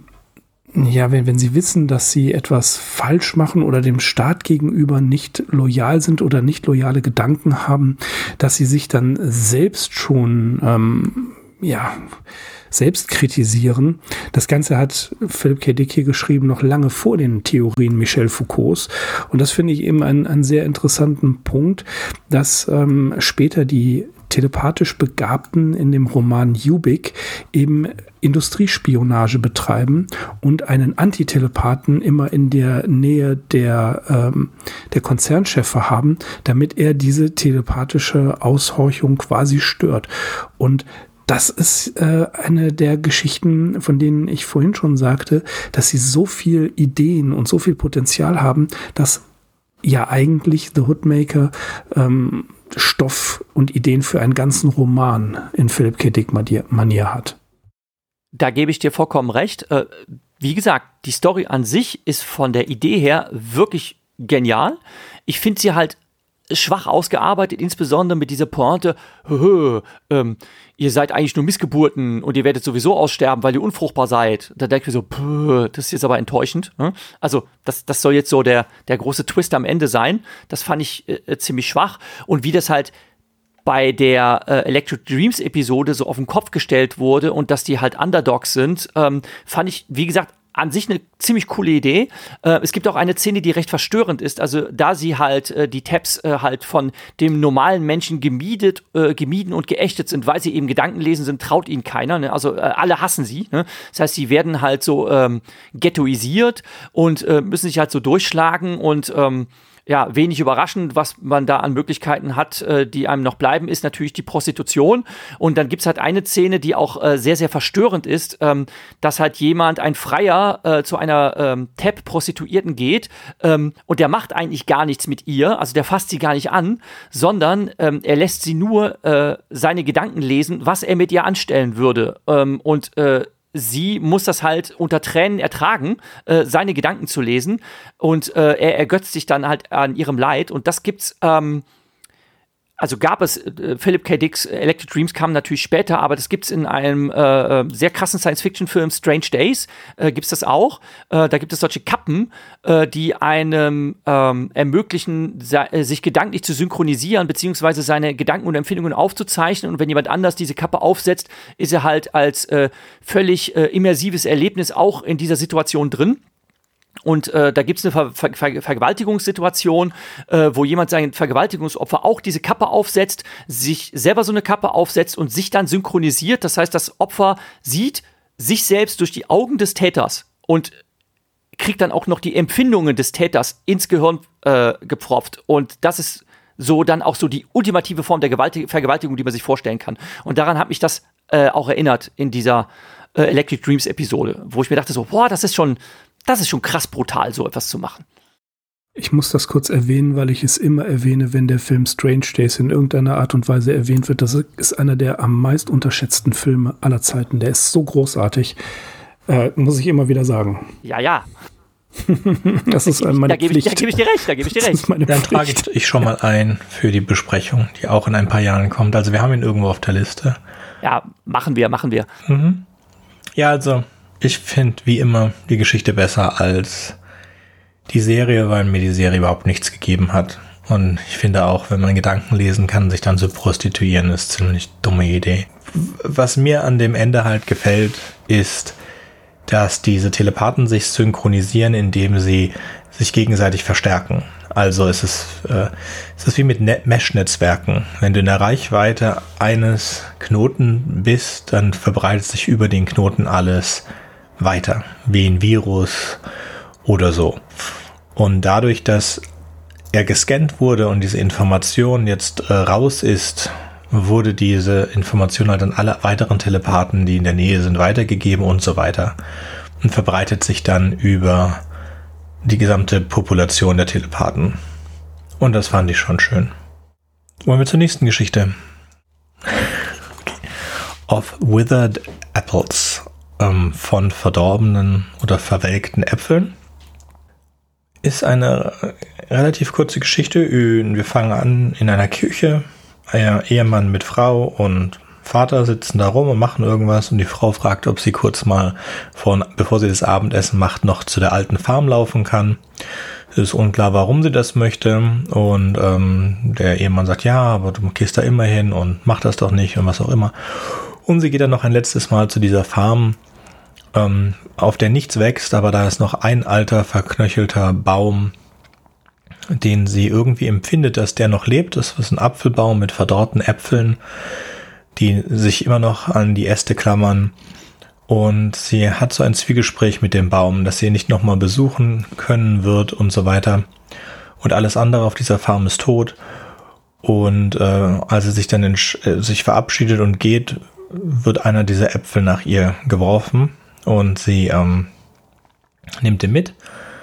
wenn sie wissen, dass sie etwas falsch machen oder dem Staat gegenüber nicht loyal sind oder nicht loyale Gedanken haben, dass sie sich dann selbst schon selbst kritisieren. Das Ganze hat Philip K. Dick hier geschrieben, noch lange vor den Theorien Michel Foucaults. Und das finde ich eben einen sehr interessanten Punkt, dass später die telepathisch Begabten in dem Roman Ubik eben Industriespionage betreiben und einen Antitelepathen immer in der Nähe der Konzernchefe haben, damit er diese telepathische Aushorchung quasi stört. Und das ist eine der Geschichten, von denen ich vorhin schon sagte, dass sie so viel Ideen und so viel Potenzial haben, dass ja eigentlich The Hoodmaker Stoff und Ideen für einen ganzen Roman in Philip K. Dick Manier hat. Da gebe ich dir vollkommen recht. Wie gesagt, die Story an sich ist von der Idee her wirklich genial. Ich finde sie halt schwach ausgearbeitet, insbesondere mit dieser Pointe, ihr seid eigentlich nur Missgeburten und ihr werdet sowieso aussterben, weil ihr unfruchtbar seid. Da denke ich mir so, das ist jetzt aber enttäuschend. Also das soll jetzt so der große Twist am Ende sein. Das fand ich ziemlich schwach. Und wie das halt bei der Electric Dreams Episode so auf den Kopf gestellt wurde und dass die halt Underdogs sind, fand ich, wie gesagt, an sich eine ziemlich coole Idee. Es gibt auch eine Szene, die recht verstörend ist. Also da sie halt die Tabs halt von dem normalen Menschen gemieden und geächtet sind, weil sie eben Gedanken lesen sind, traut ihnen keiner. Ne? Also alle hassen sie. Ne? Das heißt, sie werden halt so ghettoisiert und müssen sich halt so durchschlagen und wenig überraschend, was man da an Möglichkeiten hat, die einem noch bleiben, ist natürlich die Prostitution. Und dann gibt's halt eine Szene, die auch sehr, sehr verstörend ist, dass halt ein Freier zu einer Tab-Prostituierten geht und der macht eigentlich gar nichts mit ihr, also der fasst sie gar nicht an, sondern er lässt sie nur seine Gedanken lesen, was er mit ihr anstellen würde. Sie muss das halt unter Tränen ertragen, seine Gedanken zu lesen. Und er ergötzt sich dann halt an ihrem Leid. Und das gibt's, gab es, Philip K. Dicks Electric Dreams kam natürlich später, aber das gibt's in einem sehr krassen Science-Fiction-Film, Strange Days, gibt's das auch. Da gibt es solche Kappen, die einem ermöglichen, sich gedanklich zu synchronisieren, beziehungsweise seine Gedanken und Empfindungen aufzuzeichnen. Und wenn jemand anders diese Kappe aufsetzt, ist er halt als völlig immersives Erlebnis auch in dieser Situation drin. Und da gibt es eine Vergewaltigungssituation, wo jemand sein Vergewaltigungsopfer auch diese Kappe aufsetzt, sich selber so eine Kappe aufsetzt und sich dann synchronisiert. Das heißt, das Opfer sieht sich selbst durch die Augen des Täters und kriegt dann auch noch die Empfindungen des Täters ins Gehirn gepfropft. Und das ist so dann auch so die ultimative Form der Vergewaltigung, die man sich vorstellen kann. Und daran hat mich das auch erinnert in dieser Electric Dreams Episode, wo ich mir dachte so, boah, das ist schon krass brutal, so etwas zu machen. Ich muss das kurz erwähnen, weil ich es immer erwähne, wenn der Film Strange Days in irgendeiner Art und Weise erwähnt wird. Das ist einer der am meist unterschätzten Filme aller Zeiten. Der ist so großartig, muss ich immer wieder sagen. Ja. Das ist meine Pflicht. Da gebe ich dir recht. Dann trage ich schon mal ein für die Besprechung, die auch in ein paar Jahren kommt. Also wir haben ihn irgendwo auf der Liste. Ja, machen wir. Mhm. Ja, also ich finde wie immer die Geschichte besser als die Serie, weil mir die Serie überhaupt nichts gegeben hat. Und ich finde auch, wenn man Gedanken lesen kann, sich dann zu prostituieren, ist eine ziemlich dumme Idee. Was mir an dem Ende halt gefällt, ist, dass diese Telepathen sich synchronisieren, indem sie sich gegenseitig verstärken. Also es ist wie mit Mesh-Netzwerken. Wenn du in der Reichweite eines Knoten bist, dann verbreitet sich über den Knoten alles weiter, wie ein Virus oder so. Und dadurch, dass er gescannt wurde und diese Information jetzt raus ist, wurde diese Information halt an alle weiteren Telepathen, die in der Nähe sind, weitergegeben und so weiter. Und verbreitet sich dann über die gesamte Population der Telepathen. Und das fand ich schon schön. Wollen wir zur nächsten Geschichte. Of Withered Apples. Von verdorbenen oder verwelkten Äpfeln. Ist eine relativ kurze Geschichte. Wir fangen an in einer Küche. Ehemann mit Frau und Vater sitzen da rum und machen irgendwas und die Frau fragt, ob sie kurz mal, bevor sie das Abendessen macht, noch zu der alten Farm laufen kann. Es ist unklar, warum sie das möchte und der Ehemann sagt, ja, aber du gehst da immer hin und mach das doch nicht und was auch immer. Und sie geht dann noch ein letztes Mal zu dieser Farm, auf der nichts wächst, aber da ist noch ein alter, verknöchelter Baum, den sie irgendwie empfindet, dass der noch lebt. Das ist ein Apfelbaum mit verdorrten Äpfeln, die sich immer noch an die Äste klammern. Und sie hat so ein Zwiegespräch mit dem Baum, dass sie ihn nicht nochmal besuchen können wird und so weiter. Und alles andere auf dieser Farm ist tot. Und als sie sich dann sich verabschiedet und geht, wird einer dieser Äpfel nach ihr geworfen. Und sie nimmt ihn mit.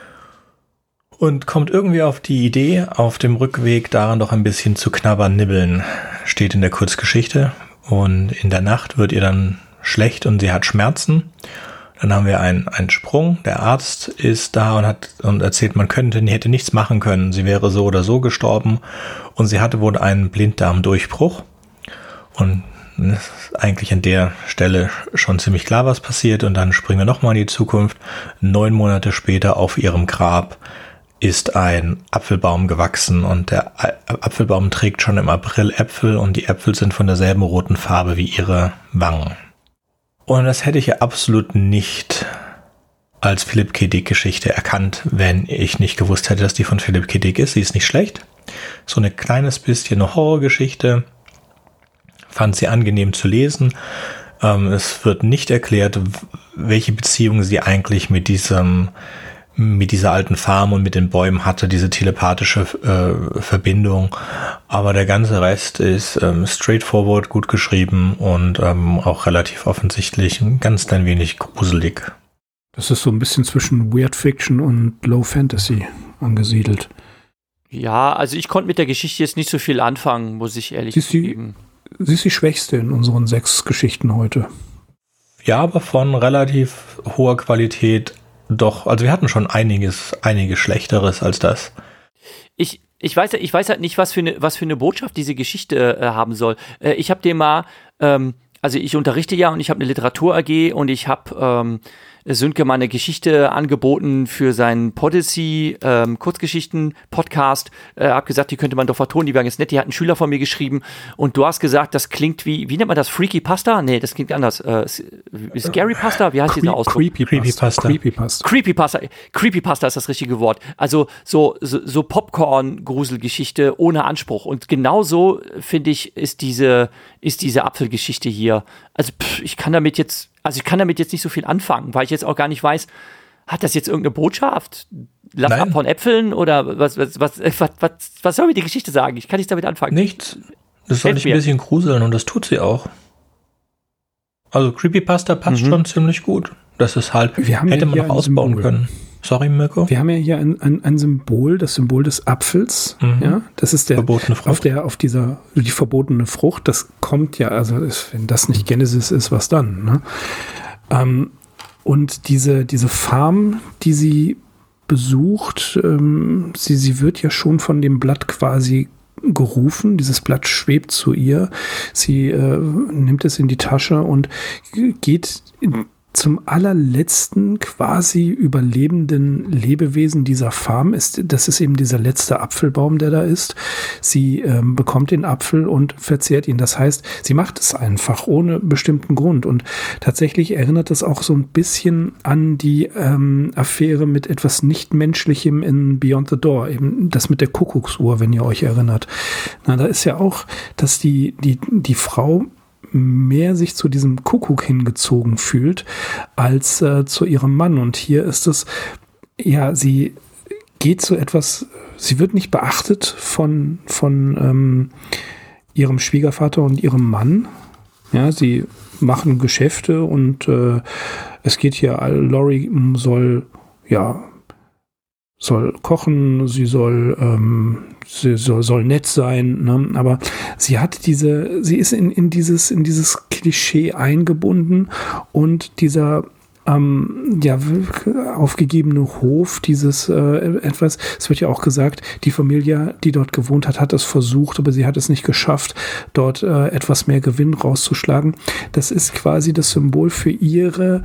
Und kommt irgendwie auf die Idee, auf dem Rückweg daran doch ein bisschen zu knabbern, nibbeln, steht in der Kurzgeschichte. Und in der Nacht wird ihr dann schlecht und sie hat Schmerzen. Dann haben wir einen Sprung. Der Arzt ist da und erzählt, man hätte nichts machen können. Sie wäre so oder so gestorben. Und sie hatte wohl einen Blinddarmdurchbruch. Und es ist eigentlich an der Stelle schon ziemlich klar, was passiert. Und dann springen wir nochmal in die Zukunft. 9 Monate später auf ihrem Grab ist ein Apfelbaum gewachsen und der Apfelbaum trägt schon im April Äpfel und die Äpfel sind von derselben roten Farbe wie ihre Wangen. Und das hätte ich ja absolut nicht als Philipp K. Dick Geschichte erkannt, wenn ich nicht gewusst hätte, dass die von Philipp K. Dick ist. Sie ist nicht schlecht. So ein kleines bisschen eine Horrorgeschichte. Fand sie angenehm zu lesen. Es wird nicht erklärt, welche Beziehung sie eigentlich mit dieser alten Farm und mit den Bäumen hatte, diese telepathische Verbindung. Aber der ganze Rest ist straightforward, gut geschrieben und auch relativ offensichtlich ein ganz klein wenig gruselig. Das ist so ein bisschen zwischen Weird Fiction und Low Fantasy angesiedelt. Ja, also ich konnte mit der Geschichte jetzt nicht so viel anfangen, muss ich ehrlich zugeben. Sie ist die schwächste in unseren 6 Geschichten heute. Ja, aber von relativ hoher Qualität. Doch, also wir hatten schon einiges Schlechteres als das. Ich weiß halt nicht, was für eine Botschaft diese Geschichte haben soll. Ich habe dem mal, also ich unterrichte ja und ich habe eine Literatur AG und ich habe Sönke mal eine Geschichte angeboten für seinen Podyssey Kurzgeschichten-Podcast. Hab gesagt, die könnte man doch vertonen, die wären jetzt nett. Die hat ein Schüler von mir geschrieben und du hast gesagt, das klingt wie nennt man das? Freaky Pasta? Nee, das klingt anders. Scary Pasta? Wie heißt dieser Ausdruck? Creepypasta. Creepypasta ist das richtige Wort. Also so Popcorn-Gruselgeschichte ohne Anspruch. Und genauso, finde ich, ist diese Apfelgeschichte hier. Also ich kann damit jetzt nicht so viel anfangen, weil ich jetzt auch gar nicht weiß, hat das jetzt irgendeine Botschaft? Lass ab von Äpfeln oder was soll mir die Geschichte sagen? Ich kann nichts damit anfangen. Nichts. Das soll dich ein bisschen gruseln und das tut sie auch. Also Creepypasta passt schon ziemlich gut. Das ist halt, hätte man noch ausbauen können. Sorry, Mirko. Wir haben ja hier ein Symbol, das Symbol des Apfels. Ja, das ist der verbotene Frucht. Die verbotene Frucht. Das kommt ja, also wenn das nicht Genesis ist, was dann? Ne? Und diese Farm, die sie besucht, sie wird ja schon von dem Blatt quasi gerufen. Dieses Blatt schwebt zu ihr. Sie nimmt es in die Tasche und geht zum allerletzten quasi überlebenden Lebewesen dieser Farm das ist eben dieser letzte Apfelbaum, der da ist. Sie bekommt den Apfel und verzehrt ihn. Das heißt, sie macht es einfach ohne bestimmten Grund. Und tatsächlich erinnert das auch so ein bisschen an die Affäre mit etwas Nichtmenschlichem in Beyond the Door. Eben das mit der Kuckucksuhr, wenn ihr euch erinnert. Na, da ist ja auch, dass die Frau mehr sich zu diesem Kuckuck hingezogen fühlt als zu ihrem Mann. Und hier ist es, ja, sie geht zu etwas, sie wird nicht beachtet von ihrem Schwiegervater und ihrem Mann. Ja, sie machen Geschäfte und es geht hier, Laurie soll kochen, sie soll nett sein, ne? Aber sie ist in dieses Klischee eingebunden und dieser aufgegebene Hof, es wird ja auch gesagt, die Familie, die dort gewohnt hat, hat es versucht, aber sie hat es nicht geschafft, dort etwas mehr Gewinn rauszuschlagen. Das ist quasi das Symbol für ihre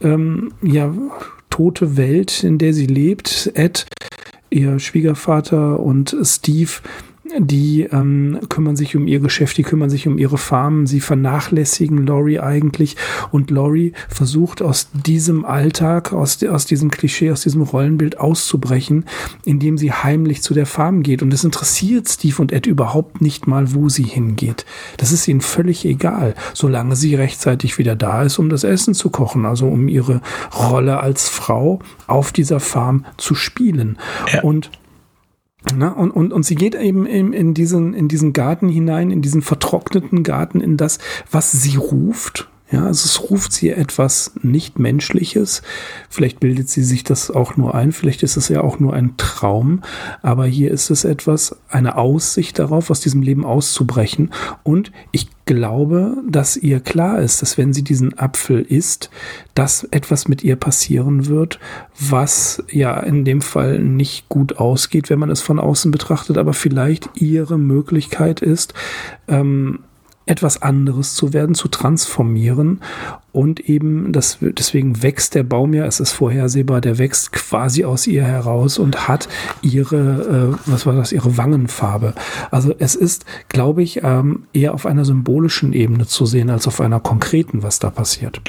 tote Welt, in der sie lebt. Ed, ihr Schwiegervater und Steve, die kümmern sich um ihr Geschäft, die kümmern sich um ihre Farmen, sie vernachlässigen Laurie eigentlich und Laurie versucht aus diesem Alltag, aus diesem Klischee, aus diesem Rollenbild auszubrechen, indem sie heimlich zu der Farm geht und es interessiert Steve und Ed überhaupt nicht mal, wo sie hingeht. Das ist ihnen völlig egal, solange sie rechtzeitig wieder da ist, um das Essen zu kochen, also um ihre Rolle als Frau auf dieser Farm zu spielen. Ja. Und sie geht eben in diesen Garten hinein, in diesen vertrockneten Garten, in das, was sie ruft. Ja, also es ruft sie etwas Nicht-Menschliches. Vielleicht bildet sie sich das auch nur ein, vielleicht ist es ja auch nur ein Traum. Aber hier ist es eine Aussicht darauf, aus diesem Leben auszubrechen. Und ich glaube, dass ihr klar ist, dass wenn sie diesen Apfel isst, dass etwas mit ihr passieren wird, was ja in dem Fall nicht gut ausgeht, wenn man es von außen betrachtet, aber vielleicht ihre Möglichkeit ist, etwas anderes zu werden, zu transformieren und eben, deswegen wächst der Baum ja, es ist vorhersehbar, der wächst quasi aus ihr heraus und hat ihre Wangenfarbe. Also es ist, glaube ich, eher auf einer symbolischen Ebene zu sehen, als auf einer konkreten, was da passiert.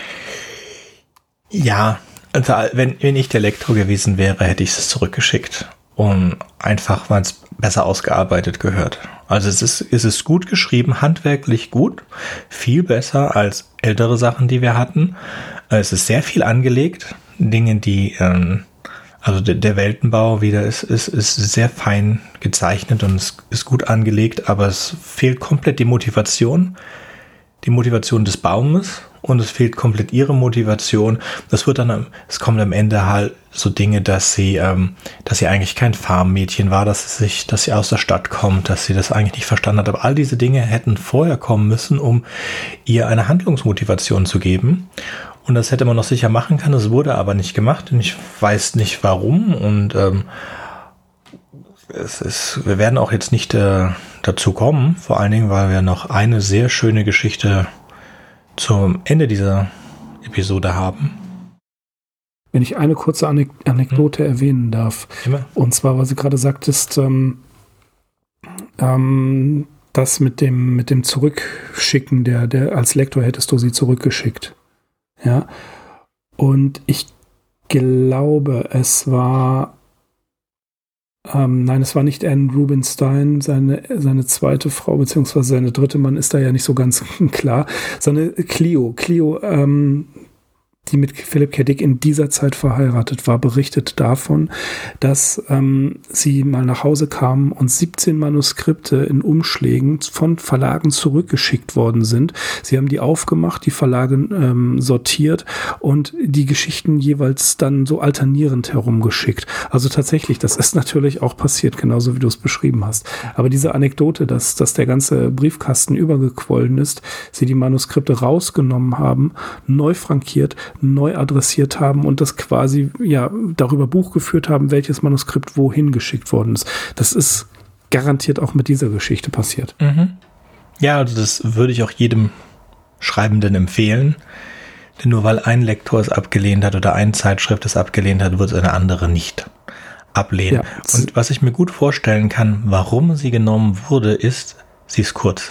Ja, also wenn ich der Lektor gewesen wäre, hätte ich es zurückgeschickt. Und einfach, weil es besser ausgearbeitet gehört. Also es ist gut geschrieben, handwerklich gut, viel besser als ältere Sachen, die wir hatten. Es ist sehr viel angelegt, Dinge, die, also der Weltenbau wieder ist sehr fein gezeichnet und es ist gut angelegt, aber es fehlt komplett die Motivation des Baumes. Und es fehlt komplett ihre Motivation. Es kommt am Ende halt so Dinge, dass sie eigentlich kein Farmmädchen war, dass sie aus der Stadt kommt, dass sie das eigentlich nicht verstanden hat. Aber all diese Dinge hätten vorher kommen müssen, um ihr eine Handlungsmotivation zu geben. Und das hätte man noch sicher machen können. Das wurde aber nicht gemacht. Und ich weiß nicht warum. Und wir werden auch jetzt nicht dazu kommen. Vor allen Dingen, weil wir noch eine sehr schöne Geschichte zum Ende dieser Episode haben. Wenn ich eine kurze Anekdote erwähnen darf. Immer. Und zwar, weil du gerade sagtest, das mit dem Zurückschicken, der als Lektor hättest du sie zurückgeschickt. Ja. Und ich glaube, es war es war nicht Anne Rubinstein, seine zweite Frau, beziehungsweise seine dritte, Mann ist da ja nicht so ganz klar, sondern Cleo, die mit Philip K. Dick in dieser Zeit verheiratet war, berichtet davon, dass sie mal nach Hause kam und 17 Manuskripte in Umschlägen von Verlagen zurückgeschickt worden sind. Sie haben die aufgemacht, die Verlage sortiert und die Geschichten jeweils dann so alternierend herumgeschickt. Also tatsächlich, das ist natürlich auch passiert, genauso wie du es beschrieben hast. Aber diese Anekdote, dass der ganze Briefkasten übergequollen ist, sie die Manuskripte rausgenommen haben, neu frankiert, neu adressiert haben und das quasi darüber Buch geführt haben, welches Manuskript wohin geschickt worden ist. Das ist garantiert auch mit dieser Geschichte passiert. Mhm. Ja, also das würde ich auch jedem Schreibenden empfehlen, Denn nur weil ein Lektor es abgelehnt hat oder eine Zeitschrift es abgelehnt hat, wird es eine andere nicht ablehnen. Ja. Und was ich mir gut vorstellen kann, warum sie genommen wurde, ist, sie ist kurz.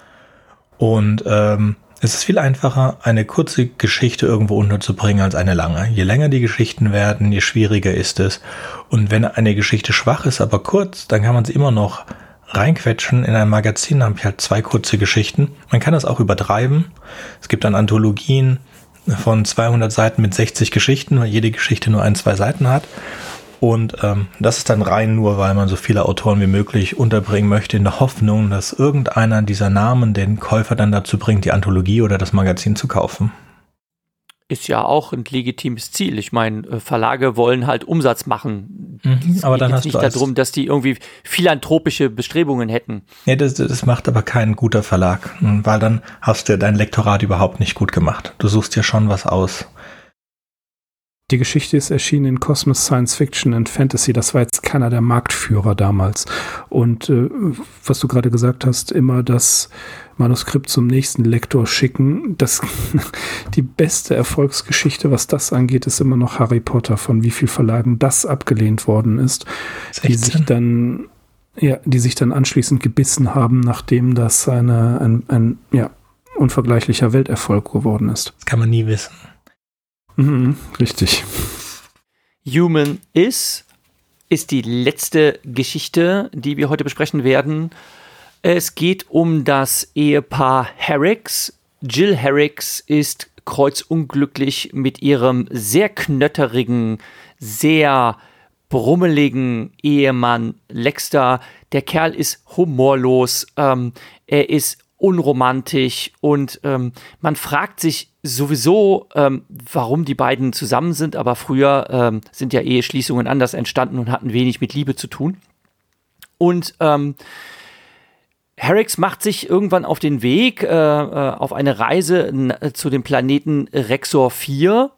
Und es ist viel einfacher, eine kurze Geschichte irgendwo unterzubringen als eine lange. Je länger die Geschichten werden, je schwieriger ist es. Und wenn eine Geschichte schwach ist, aber kurz, dann kann man sie immer noch reinquetschen. In einem Magazin habe ich halt 2 kurze Geschichten. Man kann das auch übertreiben. Es gibt dann Anthologien von 200 Seiten mit 60 Geschichten, weil jede Geschichte nur 1-2 Seiten hat. Und das ist dann rein nur, weil man so viele Autoren wie möglich unterbringen möchte, in der Hoffnung, dass irgendeiner dieser Namen den Käufer dann dazu bringt, die Anthologie oder das Magazin zu kaufen. Ist ja auch ein legitimes Ziel. Ich meine, Verlage wollen halt Umsatz machen. Aber dann hast du nicht darum, dass die irgendwie philanthropische Bestrebungen hätten. Ja, das macht aber kein guter Verlag, weil dann hast du dein Lektorat überhaupt nicht gut gemacht. Du suchst dir schon was aus. Die Geschichte ist erschienen in Cosmos Science Fiction and Fantasy. Das war jetzt keiner der Marktführer damals. Und was du gerade gesagt hast, immer das Manuskript zum nächsten Lektor schicken. Die beste Erfolgsgeschichte, was das angeht, ist immer noch Harry Potter, von wie vielen Verlagen das abgelehnt worden ist, die sich dann anschließend gebissen haben, nachdem das ein unvergleichlicher Welterfolg geworden ist. Das kann man nie wissen. Richtig. Human ist die letzte Geschichte, die wir heute besprechen werden. Es geht um das Ehepaar Herricks. Jill Herricks ist kreuzunglücklich mit ihrem sehr knötterigen, sehr brummeligen Ehemann Lexter. Der Kerl ist humorlos, er ist unromantisch und man fragt sich sowieso, warum die beiden zusammen sind, aber früher sind ja Eheschließungen anders entstanden und hatten wenig mit Liebe zu tun. Und Herricks macht sich irgendwann auf den Weg auf eine Reise zu dem Planeten Rexor 4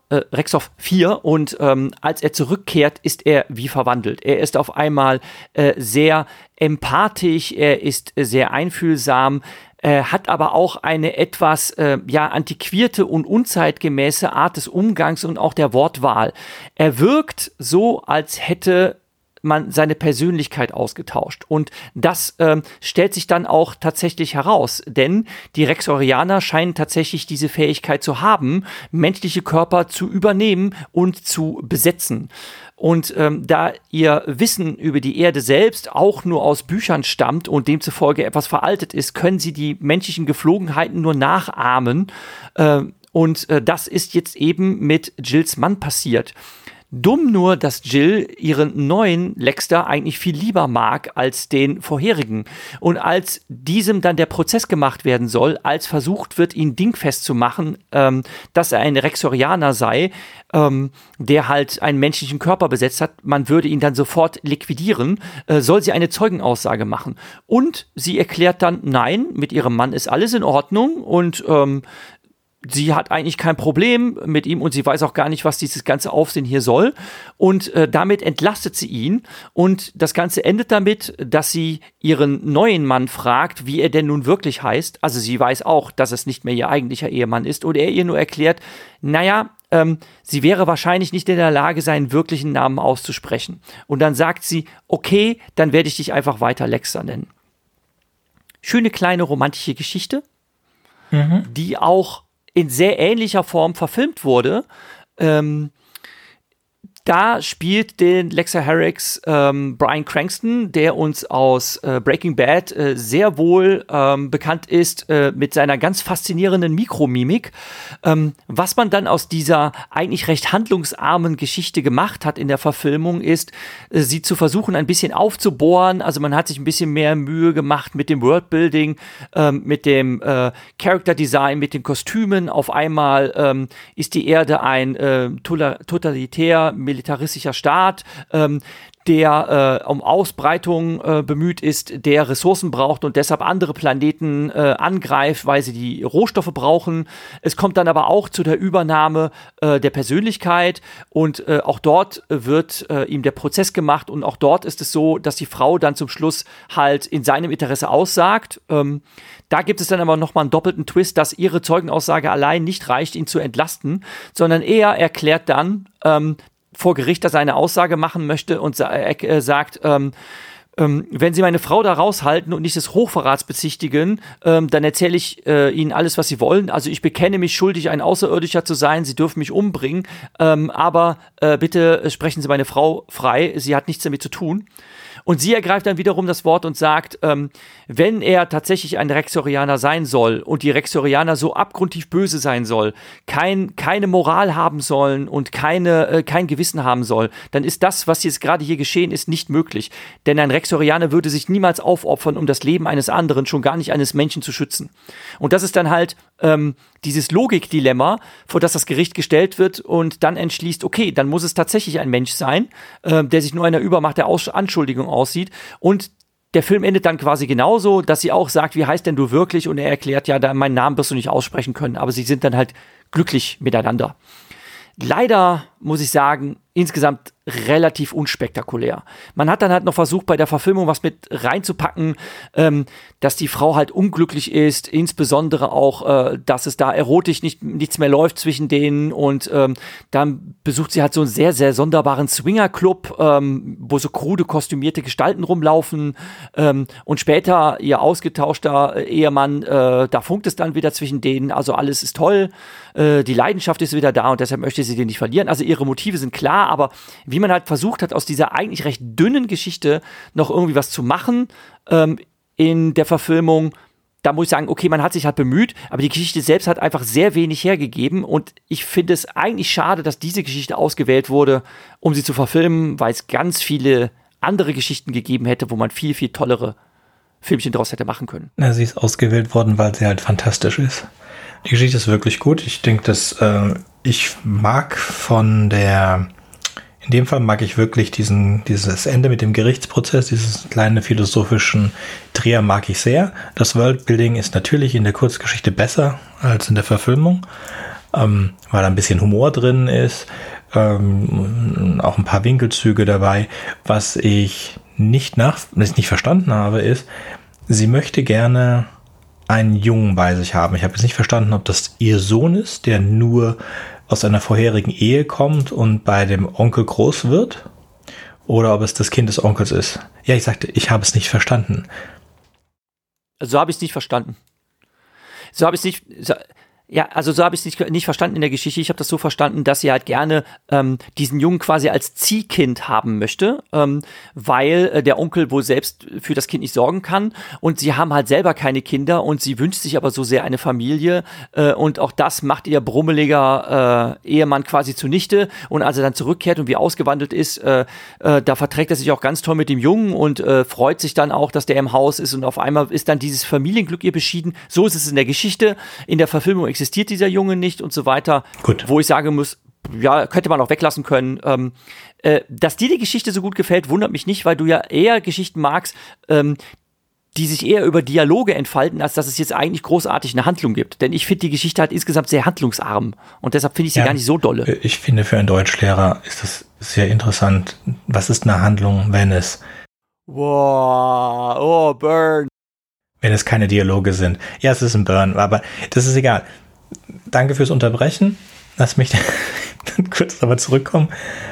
und als er zurückkehrt, ist er wie verwandelt. Er ist auf einmal sehr empathisch, er ist sehr einfühlsam, hat aber auch eine etwas antiquierte und unzeitgemäße Art des Umgangs und auch der Wortwahl. Er wirkt so, als hätte man seine Persönlichkeit ausgetauscht. Und das stellt sich dann auch tatsächlich heraus, denn die Rexorianer scheinen tatsächlich diese Fähigkeit zu haben, menschliche Körper zu übernehmen und zu besetzen. Und da ihr Wissen über die Erde selbst auch nur aus Büchern stammt und demzufolge etwas veraltet ist, können sie die menschlichen Geflogenheiten nur nachahmen. Und das ist jetzt eben mit Jills Mann passiert. Dumm nur, dass Jill ihren neuen Lexter eigentlich viel lieber mag als den vorherigen. Und als diesem dann der Prozess gemacht werden soll, als versucht wird, ihn dingfest zu machen, dass er ein Rexorianer sei, der halt einen menschlichen Körper besetzt hat, man würde ihn dann sofort liquidieren, soll sie eine Zeugenaussage machen. Und sie erklärt dann, nein, mit ihrem Mann ist alles in Ordnung und sie hat eigentlich kein Problem mit ihm und sie weiß auch gar nicht, was dieses ganze Aufsehen hier soll. Und damit entlastet sie ihn. Und das Ganze endet damit, dass sie ihren neuen Mann fragt, wie er denn nun wirklich heißt. Also sie weiß auch, dass es nicht mehr ihr eigentlicher Ehemann ist. Und er ihr nur erklärt, sie wäre wahrscheinlich nicht in der Lage, seinen wirklichen Namen auszusprechen. Und dann sagt sie, okay, dann werde ich dich einfach weiter Lexter nennen. Schöne kleine romantische Geschichte, die auch in sehr ähnlicher Form verfilmt wurde. Da spielt den Lexter Herricks Bryan Cranston, der uns aus Breaking Bad sehr wohl bekannt ist mit seiner ganz faszinierenden Mikromimik. Was man dann aus dieser eigentlich recht handlungsarmen Geschichte gemacht hat in der Verfilmung ist, sie zu versuchen, ein bisschen aufzubohren. Also man hat sich ein bisschen mehr Mühe gemacht mit dem Worldbuilding, mit dem Character Design, mit den Kostümen. Auf einmal ist die Erde ein totalitär paramilitaristischer Staat, der um Ausbreitung bemüht ist, der Ressourcen braucht und deshalb andere Planeten angreift, weil sie die Rohstoffe brauchen. Es kommt dann aber auch zu der Übernahme der Persönlichkeit und auch dort wird ihm der Prozess gemacht und auch dort ist es so, dass die Frau dann zum Schluss halt in seinem Interesse aussagt. Da gibt es dann aber nochmal einen doppelten Twist, dass ihre Zeugenaussage allein nicht reicht, ihn zu entlasten, sondern er erklärt dann vor Gericht, dass er eine Aussage machen möchte und sagt, wenn Sie meine Frau da raushalten und nicht des Hochverrats bezichtigen, dann erzähle ich Ihnen alles, was Sie wollen. Also ich bekenne mich schuldig, ein Außerirdischer zu sein. Sie dürfen mich umbringen, aber bitte sprechen Sie meine Frau frei. Sie hat nichts damit zu tun. Und sie ergreift dann wiederum das Wort und sagt, wenn er tatsächlich ein Rexorianer sein soll und die Rexorianer so abgrundtief böse sein soll, keine Moral haben sollen und kein Gewissen haben soll, dann ist das, was jetzt gerade hier geschehen ist, nicht möglich. Denn ein Rexorianer würde sich niemals aufopfern, um das Leben eines anderen, schon gar nicht eines Menschen zu schützen. Und das ist dann halt dieses Logikdilemma, vor das das Gericht gestellt wird und dann entschließt, okay, dann muss es tatsächlich ein Mensch sein, der sich nur einer Übermacht der Anschuldigung aussieht. Und der Film endet dann quasi genauso, dass sie auch sagt, wie heißt denn du wirklich? Und er erklärt, ja, meinen Namen wirst du nicht aussprechen können, aber sie sind dann halt glücklich miteinander. Leider, muss ich sagen, insgesamt relativ unspektakulär. Man hat dann halt noch versucht, bei der Verfilmung was mit reinzupacken, dass die Frau halt unglücklich ist, insbesondere auch, dass es da erotisch nichts mehr läuft zwischen denen und dann besucht sie halt so einen sehr, sehr sonderbaren Swingerclub, wo so krude kostümierte Gestalten rumlaufen und später ihr ausgetauschter Ehemann, da funkt es dann wieder zwischen denen, also alles ist toll, die Leidenschaft ist wieder da und deshalb möchte sie den nicht verlieren, also ihre Motive sind klar, aber wie man halt versucht hat, aus dieser eigentlich recht dünnen Geschichte noch irgendwie was zu machen in der Verfilmung, da muss ich sagen, okay, man hat sich halt bemüht, aber die Geschichte selbst hat einfach sehr wenig hergegeben und ich finde es eigentlich schade, dass diese Geschichte ausgewählt wurde, um sie zu verfilmen, weil es ganz viele andere Geschichten gegeben hätte, wo man viel, viel tollere Filmchen draus hätte machen können. Ja, sie ist ausgewählt worden, weil sie halt fantastisch ist. Die Geschichte ist wirklich gut. Ich denke, dass ich mag in dem Fall mag ich wirklich dieses Ende mit dem Gerichtsprozess, dieses kleine philosophischen Dreher mag ich sehr. Das Worldbuilding ist natürlich in der Kurzgeschichte besser als in der Verfilmung, weil da ein bisschen Humor drin ist, auch ein paar Winkelzüge dabei. Was ich nicht verstanden habe, ist, sie möchte gerne einen Jungen bei sich haben. Ich habe jetzt nicht verstanden, ob das ihr Sohn ist, der nur aus einer vorherigen Ehe kommt und bei dem Onkel groß wird, oder ob es das Kind des Onkels ist. Ja, ich sagte, ich habe es nicht verstanden. So habe ich es nicht verstanden. So habe ich es nicht verstanden in der Geschichte. Ich habe das so verstanden, dass sie halt gerne diesen Jungen quasi als Ziehkind haben möchte, weil der Onkel wohl selbst für das Kind nicht sorgen kann und sie haben halt selber keine Kinder und sie wünscht sich aber so sehr eine Familie und auch das macht ihr brummeliger Ehemann quasi zunichte und als er dann zurückkehrt und wie ausgewandelt ist, da verträgt er sich auch ganz toll mit dem Jungen und freut sich dann auch, dass der im Haus ist und auf einmal ist dann dieses Familienglück ihr beschieden. So ist es in der Geschichte. In der Verfilmung existiert dieser Junge nicht und so weiter. Gut. Wo ich sagen muss, ja, könnte man auch weglassen können. Dass dir die Geschichte so gut gefällt, wundert mich nicht, weil du ja eher Geschichten magst, die sich eher über Dialoge entfalten, als dass es jetzt eigentlich großartig eine Handlung gibt. Denn ich finde die Geschichte halt insgesamt sehr handlungsarm und deshalb finde ich sie gar nicht so dolle. Ich finde, für einen Deutschlehrer ist das sehr interessant. Was ist eine Handlung, wenn es Burn. Wenn es keine Dialoge sind. Ja, es ist ein Burn, aber das ist egal. Danke fürs Unterbrechen. Lass mich dann kurz aber zurückkommen.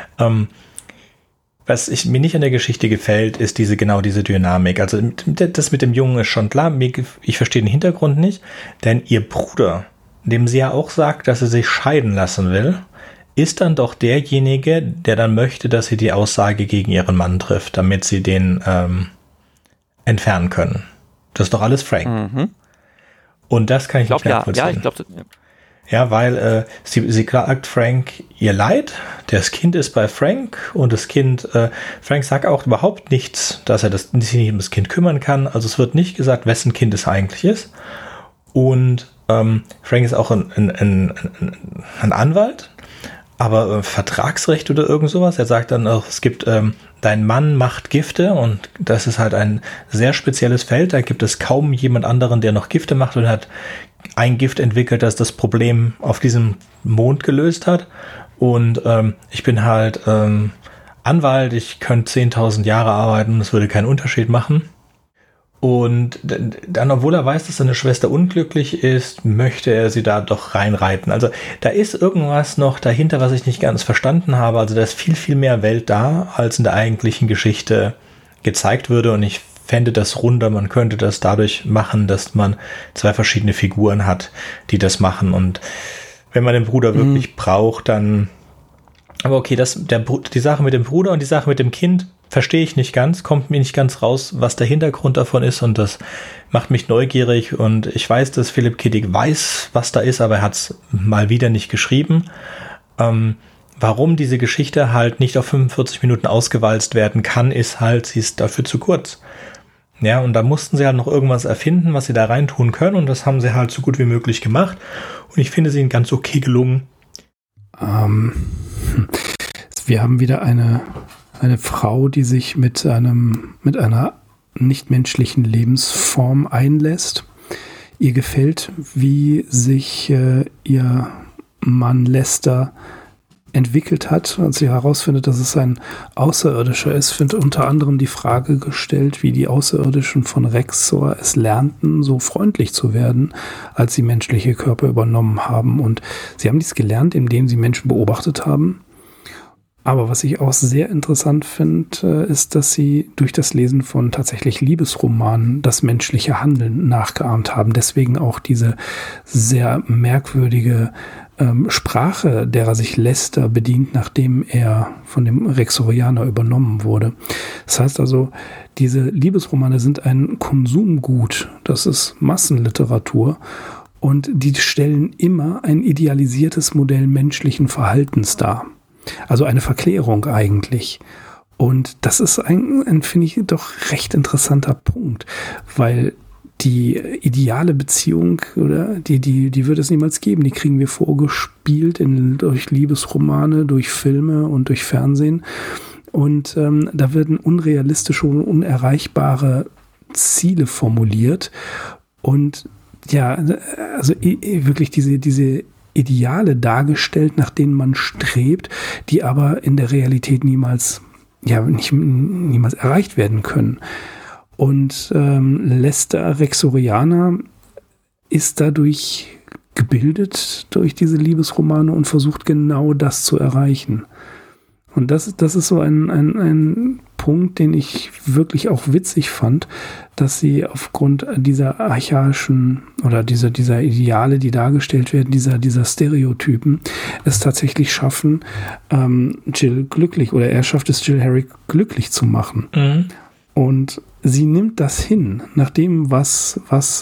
Was mir nicht an der Geschichte gefällt, ist diese Dynamik. Also das mit dem Jungen ist schon klar. Ich verstehe den Hintergrund nicht, denn ihr Bruder, dem sie ja auch sagt, dass sie sich scheiden lassen will, ist dann doch derjenige, der dann möchte, dass sie die Aussage gegen ihren Mann trifft, damit sie den entfernen können. Das ist doch alles Frank. Mhm. Und das kann ich nicht nachvollziehen. Ja, ich glaube, ja, weil sie klagt Frank ihr Leid. Das Kind ist bei Frank und das Kind, Frank sagt auch überhaupt nichts, dass er sich nicht um das Kind kümmern kann. Also es wird nicht gesagt, wessen Kind es eigentlich ist. Und Frank ist auch ein Anwalt. aber Vertragsrecht oder irgend sowas. Er sagt dann auch, es gibt, dein Mann macht Gifte und das ist halt ein sehr spezielles Feld. Da gibt es kaum jemand anderen, der noch Gifte macht und hat ein Gift entwickelt, das das Problem auf diesem Mond gelöst hat. Und ich bin halt Anwalt, ich könnte 10.000 Jahre arbeiten und es würde keinen Unterschied machen. Und dann, obwohl er weiß, dass seine Schwester unglücklich ist, möchte er sie da doch reinreiten. Also da ist irgendwas noch dahinter, was ich nicht ganz verstanden habe. Also da ist viel, viel mehr Welt da, als in der eigentlichen Geschichte gezeigt würde. Und ich fände das runder. Man könnte das dadurch machen, dass man 2 verschiedene Figuren hat, die das machen. Und wenn man den Bruder wirklich braucht, dann... Aber okay, die Sache mit dem Bruder und die Sache mit dem Kind verstehe ich nicht ganz, kommt mir nicht ganz raus, was der Hintergrund davon ist, und das macht mich neugierig, und ich weiß, dass Philip K. Dick weiß, was da ist, aber er hat es mal wieder nicht geschrieben. Warum diese Geschichte halt nicht auf 45 Minuten ausgewalzt werden kann, ist halt, sie ist dafür zu kurz. Ja, und da mussten sie halt noch irgendwas erfinden, was sie da reintun können, und das haben sie halt so gut wie möglich gemacht, und ich finde sie ganz okay gelungen. Wir haben wieder eine Frau, die sich mit einer nichtmenschlichen Lebensform einlässt. Ihr gefällt, wie sich ihr Mann Lester entwickelt hat, als sie herausfindet, dass es ein Außerirdischer ist, wird unter anderem die Frage gestellt, wie die Außerirdischen von Rexor es lernten, so freundlich zu werden, als sie menschliche Körper übernommen haben. Und sie haben dies gelernt, indem sie Menschen beobachtet haben. Aber was ich auch sehr interessant finde, ist, dass sie durch das Lesen von tatsächlich Liebesromanen das menschliche Handeln nachgeahmt haben. Deswegen auch diese sehr merkwürdige Sprache, derer sich Lester bedient, nachdem er von dem Rexorianer übernommen wurde. Das heißt also, diese Liebesromane sind ein Konsumgut. Das ist Massenliteratur. Und die stellen immer ein idealisiertes Modell menschlichen Verhaltens dar. Also eine Verklärung eigentlich. Und das ist ein finde ich, doch recht interessanter Punkt, weil die ideale Beziehung, oder die wird es niemals geben. Die kriegen wir vorgespielt durch Liebesromane, durch Filme und durch Fernsehen. Und da werden unrealistische und unerreichbare Ziele formuliert. Und ja, also wirklich diese Ideale dargestellt, nach denen man strebt, die aber in der Realität niemals erreicht werden können. Und Lester Rexorianer ist dadurch gebildet durch diese Liebesromane und versucht genau das zu erreichen. Und das ist so ein Punkt, den ich wirklich auch witzig fand, dass sie aufgrund dieser archaischen oder dieser Ideale, die dargestellt werden, dieser Stereotypen, es tatsächlich schaffen, Jill glücklich, oder er schafft es, Jill Harry glücklich zu machen. Mhm. Und sie nimmt das hin, nach dem, was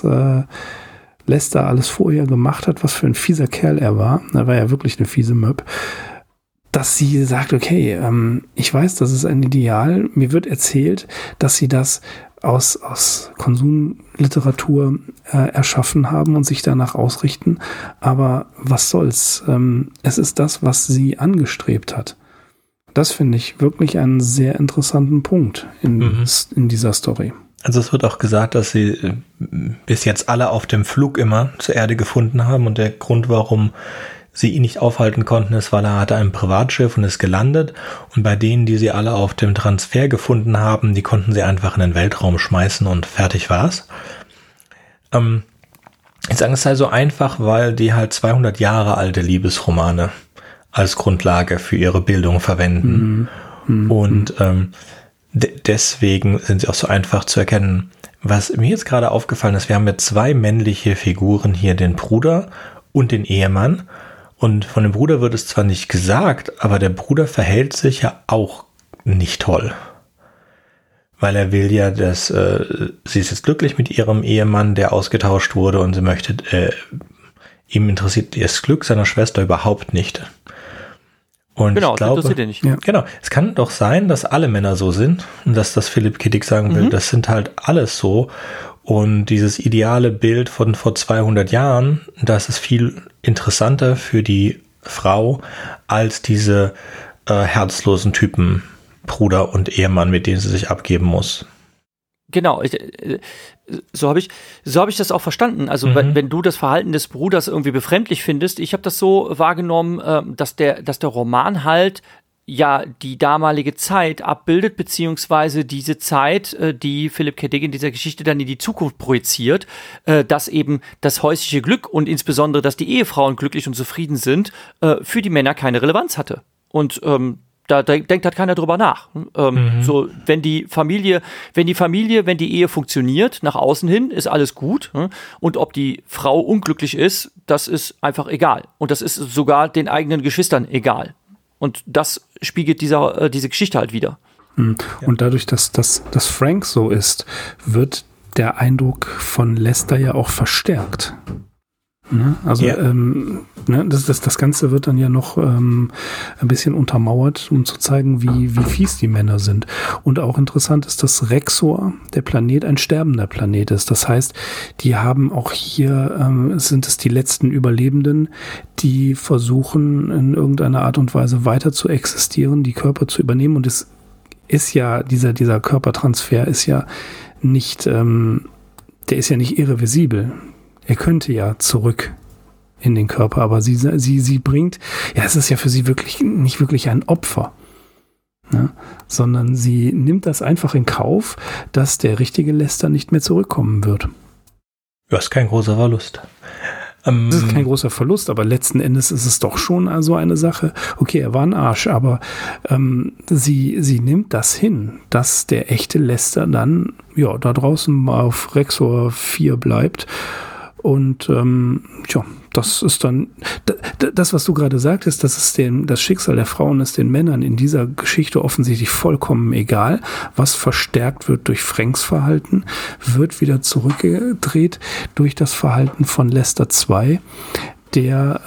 Lester alles vorher gemacht hat, was für ein fieser Kerl er war. Er war ja wirklich eine fiese Möb. Dass sie sagt, okay, ich weiß, das ist ein Ideal. Mir wird erzählt, dass sie das aus Konsumliteratur erschaffen haben und sich danach ausrichten. Aber was soll's? Es ist das, was sie angestrebt hat. Das finde ich wirklich einen sehr interessanten Punkt in dieser Story. Also es wird auch gesagt, dass sie bis jetzt alle auf dem Flug immer zur Erde gefunden haben, und der Grund, warum sie ihn nicht aufhalten konnten, ist, weil er hatte ein Privatschiff und ist gelandet, und bei denen, die sie alle auf dem Transfer gefunden haben, die konnten sie einfach in den Weltraum schmeißen und fertig war's. Ich sage, es sei so einfach, weil die halt 200 Jahre alte Liebesromane als Grundlage für ihre Bildung verwenden. Und deswegen sind sie auch so einfach zu erkennen. Was mir jetzt gerade aufgefallen ist, wir haben jetzt 2 männliche Figuren hier, den Bruder und den Ehemann. Und von dem Bruder wird es zwar nicht gesagt, aber der Bruder verhält sich ja auch nicht toll. Weil er will ja, dass sie ist jetzt glücklich mit ihrem Ehemann, der ausgetauscht wurde, und sie möchte, ihm interessiert das Glück seiner Schwester überhaupt nicht. Und genau, ich glaube, das interessiert ihn nicht. Genau, es kann doch sein, dass alle Männer so sind, und dass das Philip K. Dick sagen will, das sind halt alles so. Und dieses ideale Bild von vor 200 Jahren, das ist viel interessanter für die Frau als diese herzlosen Typen, Bruder und Ehemann, mit denen sie sich abgeben muss. Genau, so habe ich das auch verstanden. Also wenn du das Verhalten des Bruders irgendwie befremdlich findest, ich habe das so wahrgenommen, dass der Roman halt ja die damalige Zeit abbildet, beziehungsweise diese Zeit, die Philip K. Dick in dieser Geschichte dann in die Zukunft projiziert, dass eben das häusliche Glück und insbesondere, dass die Ehefrauen glücklich und zufrieden sind, für die Männer keine Relevanz hatte. Und da denkt halt keiner drüber nach. So, wenn die Ehe funktioniert, nach außen hin, ist alles gut. Und ob die Frau unglücklich ist, das ist einfach egal. Und das ist sogar den eigenen Geschwistern egal. Und das spiegelt diese Geschichte halt wieder. Und dadurch, dass Frank so ist, wird der Eindruck von Lester ja auch verstärkt. Also das Ganze wird dann ja noch ein bisschen untermauert, um zu zeigen, wie fies die Männer sind. Und auch interessant ist, dass Rexor, der Planet, ein sterbender Planet ist. Das heißt, die haben auch hier, sind es die letzten Überlebenden, die versuchen in irgendeiner Art und Weise weiter zu existieren, die Körper zu übernehmen. Und es ist ja, dieser Körpertransfer ist ja nicht, der ist ja nicht irreversibel. Er könnte ja zurück in den Körper, aber sie bringt, ja, es ist ja für sie nicht wirklich ein Opfer, ne? Sondern sie nimmt das einfach in Kauf, dass der richtige Lester nicht mehr zurückkommen wird. Das ist kein großer Verlust. Das ist kein großer Verlust, aber letzten Endes ist es doch schon also eine Sache, okay, er war ein Arsch, aber sie nimmt das hin, dass der echte Lester dann ja da draußen auf Rexor 4 bleibt. Und das ist dann das, was du gerade sagtest, dass es das Schicksal der Frauen ist den Männern in dieser Geschichte offensichtlich vollkommen egal. Was verstärkt wird durch Franks Verhalten, wird wieder zurückgedreht durch das Verhalten von Lester 2, der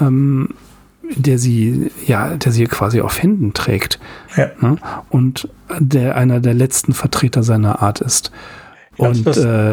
sie quasi auf Händen trägt, ne? Und der einer der letzten Vertreter seiner Art ist. Und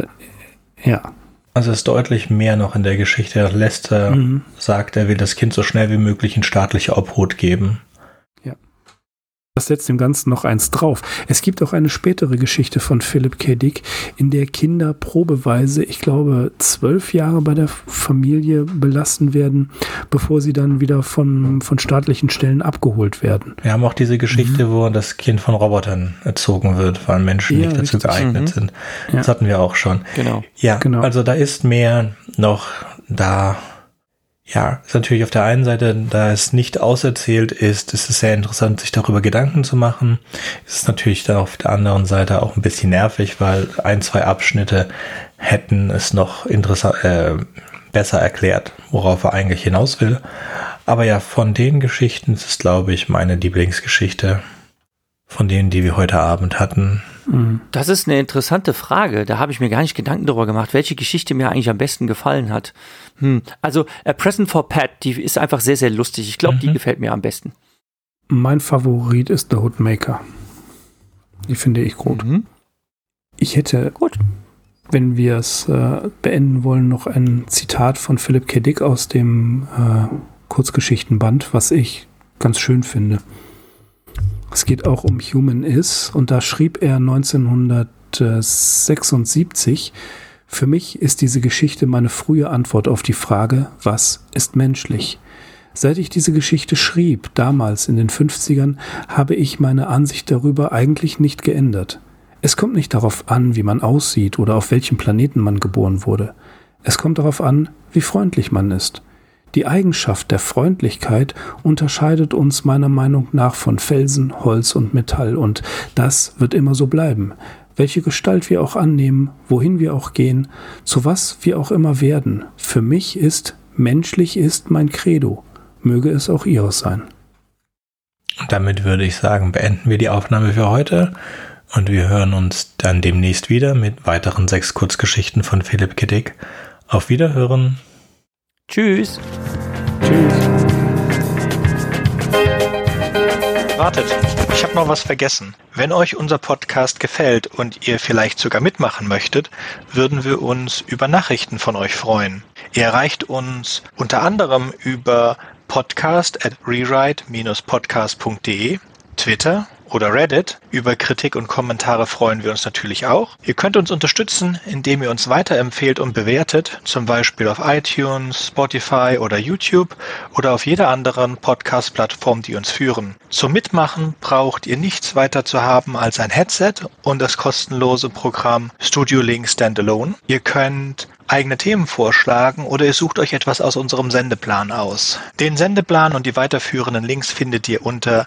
Also es ist deutlich mehr noch in der Geschichte. Lester sagt, er will das Kind so schnell wie möglich in staatliche Obhut geben. Ja. Das setzt dem Ganzen noch eins drauf. Es gibt auch eine spätere Geschichte von Philip K. Dick, in der Kinder probeweise, ich glaube, 12 Jahre bei der Familie belassen werden, bevor sie dann wieder von staatlichen Stellen abgeholt werden. Wir haben auch diese Geschichte, wo das Kind von Robotern erzogen wird, weil Menschen nicht dazu geeignet sind. Das hatten wir auch schon. Genau. Ja, genau. Also da ist mehr noch da. Ja, ist natürlich auf der einen Seite, da es nicht auserzählt ist, ist es sehr interessant, sich darüber Gedanken zu machen. Es ist natürlich dann auf der anderen Seite auch ein bisschen nervig, weil 1-2 Abschnitte hätten es noch besser erklärt, worauf er eigentlich hinaus will. Aber ja, von den Geschichten ist es, glaube ich, meine Lieblingsgeschichte. Von denen, die wir heute Abend hatten. Das ist eine interessante Frage. Da habe ich mir gar nicht Gedanken darüber gemacht, welche Geschichte mir eigentlich am besten gefallen hat. Also A Present for Pat, die ist einfach sehr, sehr lustig. Ich glaube, die gefällt mir am besten. Mein Favorit ist The Hoodmaker. Die finde ich gut. Ich hätte, wenn wir es beenden wollen, noch ein Zitat von Philip K. Dick aus dem Kurzgeschichtenband, was ich ganz schön finde. Es geht auch um Human Is und da schrieb er 1976, für mich ist diese Geschichte meine frühe Antwort auf die Frage, was ist menschlich? Seit ich diese Geschichte schrieb, damals in den 50ern, habe ich meine Ansicht darüber eigentlich nicht geändert. Es kommt nicht darauf an, wie man aussieht oder auf welchem Planeten man geboren wurde. Es kommt darauf an, wie freundlich man ist. Die Eigenschaft der Freundlichkeit unterscheidet uns meiner Meinung nach von Felsen, Holz und Metall und das wird immer so bleiben. Welche Gestalt wir auch annehmen, wohin wir auch gehen, zu was wir auch immer werden, für mich ist, menschlich ist mein Credo. Möge es auch ihres sein. Damit würde ich sagen, beenden wir die Aufnahme für heute und wir hören uns dann demnächst wieder mit weiteren 6 Kurzgeschichten von Philip K. Dick. Auf Wiederhören. Tschüss. Tschüss. Wartet, ich habe noch was vergessen. Wenn euch unser Podcast gefällt und ihr vielleicht sogar mitmachen möchtet, würden wir uns über Nachrichten von euch freuen. Ihr erreicht uns unter anderem über podcast@rewrite-podcast.de, Twitter oder Reddit. Über Kritik und Kommentare freuen wir uns natürlich auch. Ihr könnt uns unterstützen, indem ihr uns weiterempfehlt und bewertet, zum Beispiel auf iTunes, Spotify oder YouTube oder auf jeder anderen Podcast-Plattform, die uns führen. Zum Mitmachen braucht ihr nichts weiter zu haben als ein Headset und das kostenlose Programm Studio Link Standalone. Ihr könnt eigene Themen vorschlagen oder ihr sucht euch etwas aus unserem Sendeplan aus. Den Sendeplan und die weiterführenden Links findet ihr unter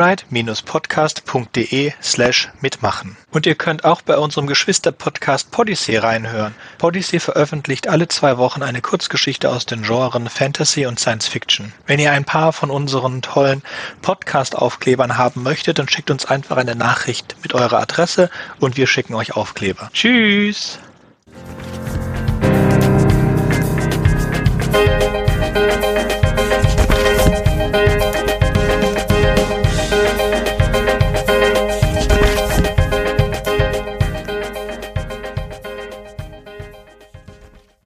rewrite-podcast.de/mitmachen. Und ihr könnt auch bei unserem Geschwister-Podcast Podyssey reinhören. Podyssey veröffentlicht alle 2 Wochen eine Kurzgeschichte aus den Genren Fantasy und Science Fiction. Wenn ihr ein paar von unseren tollen Podcast-Aufklebern haben möchtet, dann schickt uns einfach eine Nachricht mit eurer Adresse und wir schicken euch Aufkleber. Tschüss!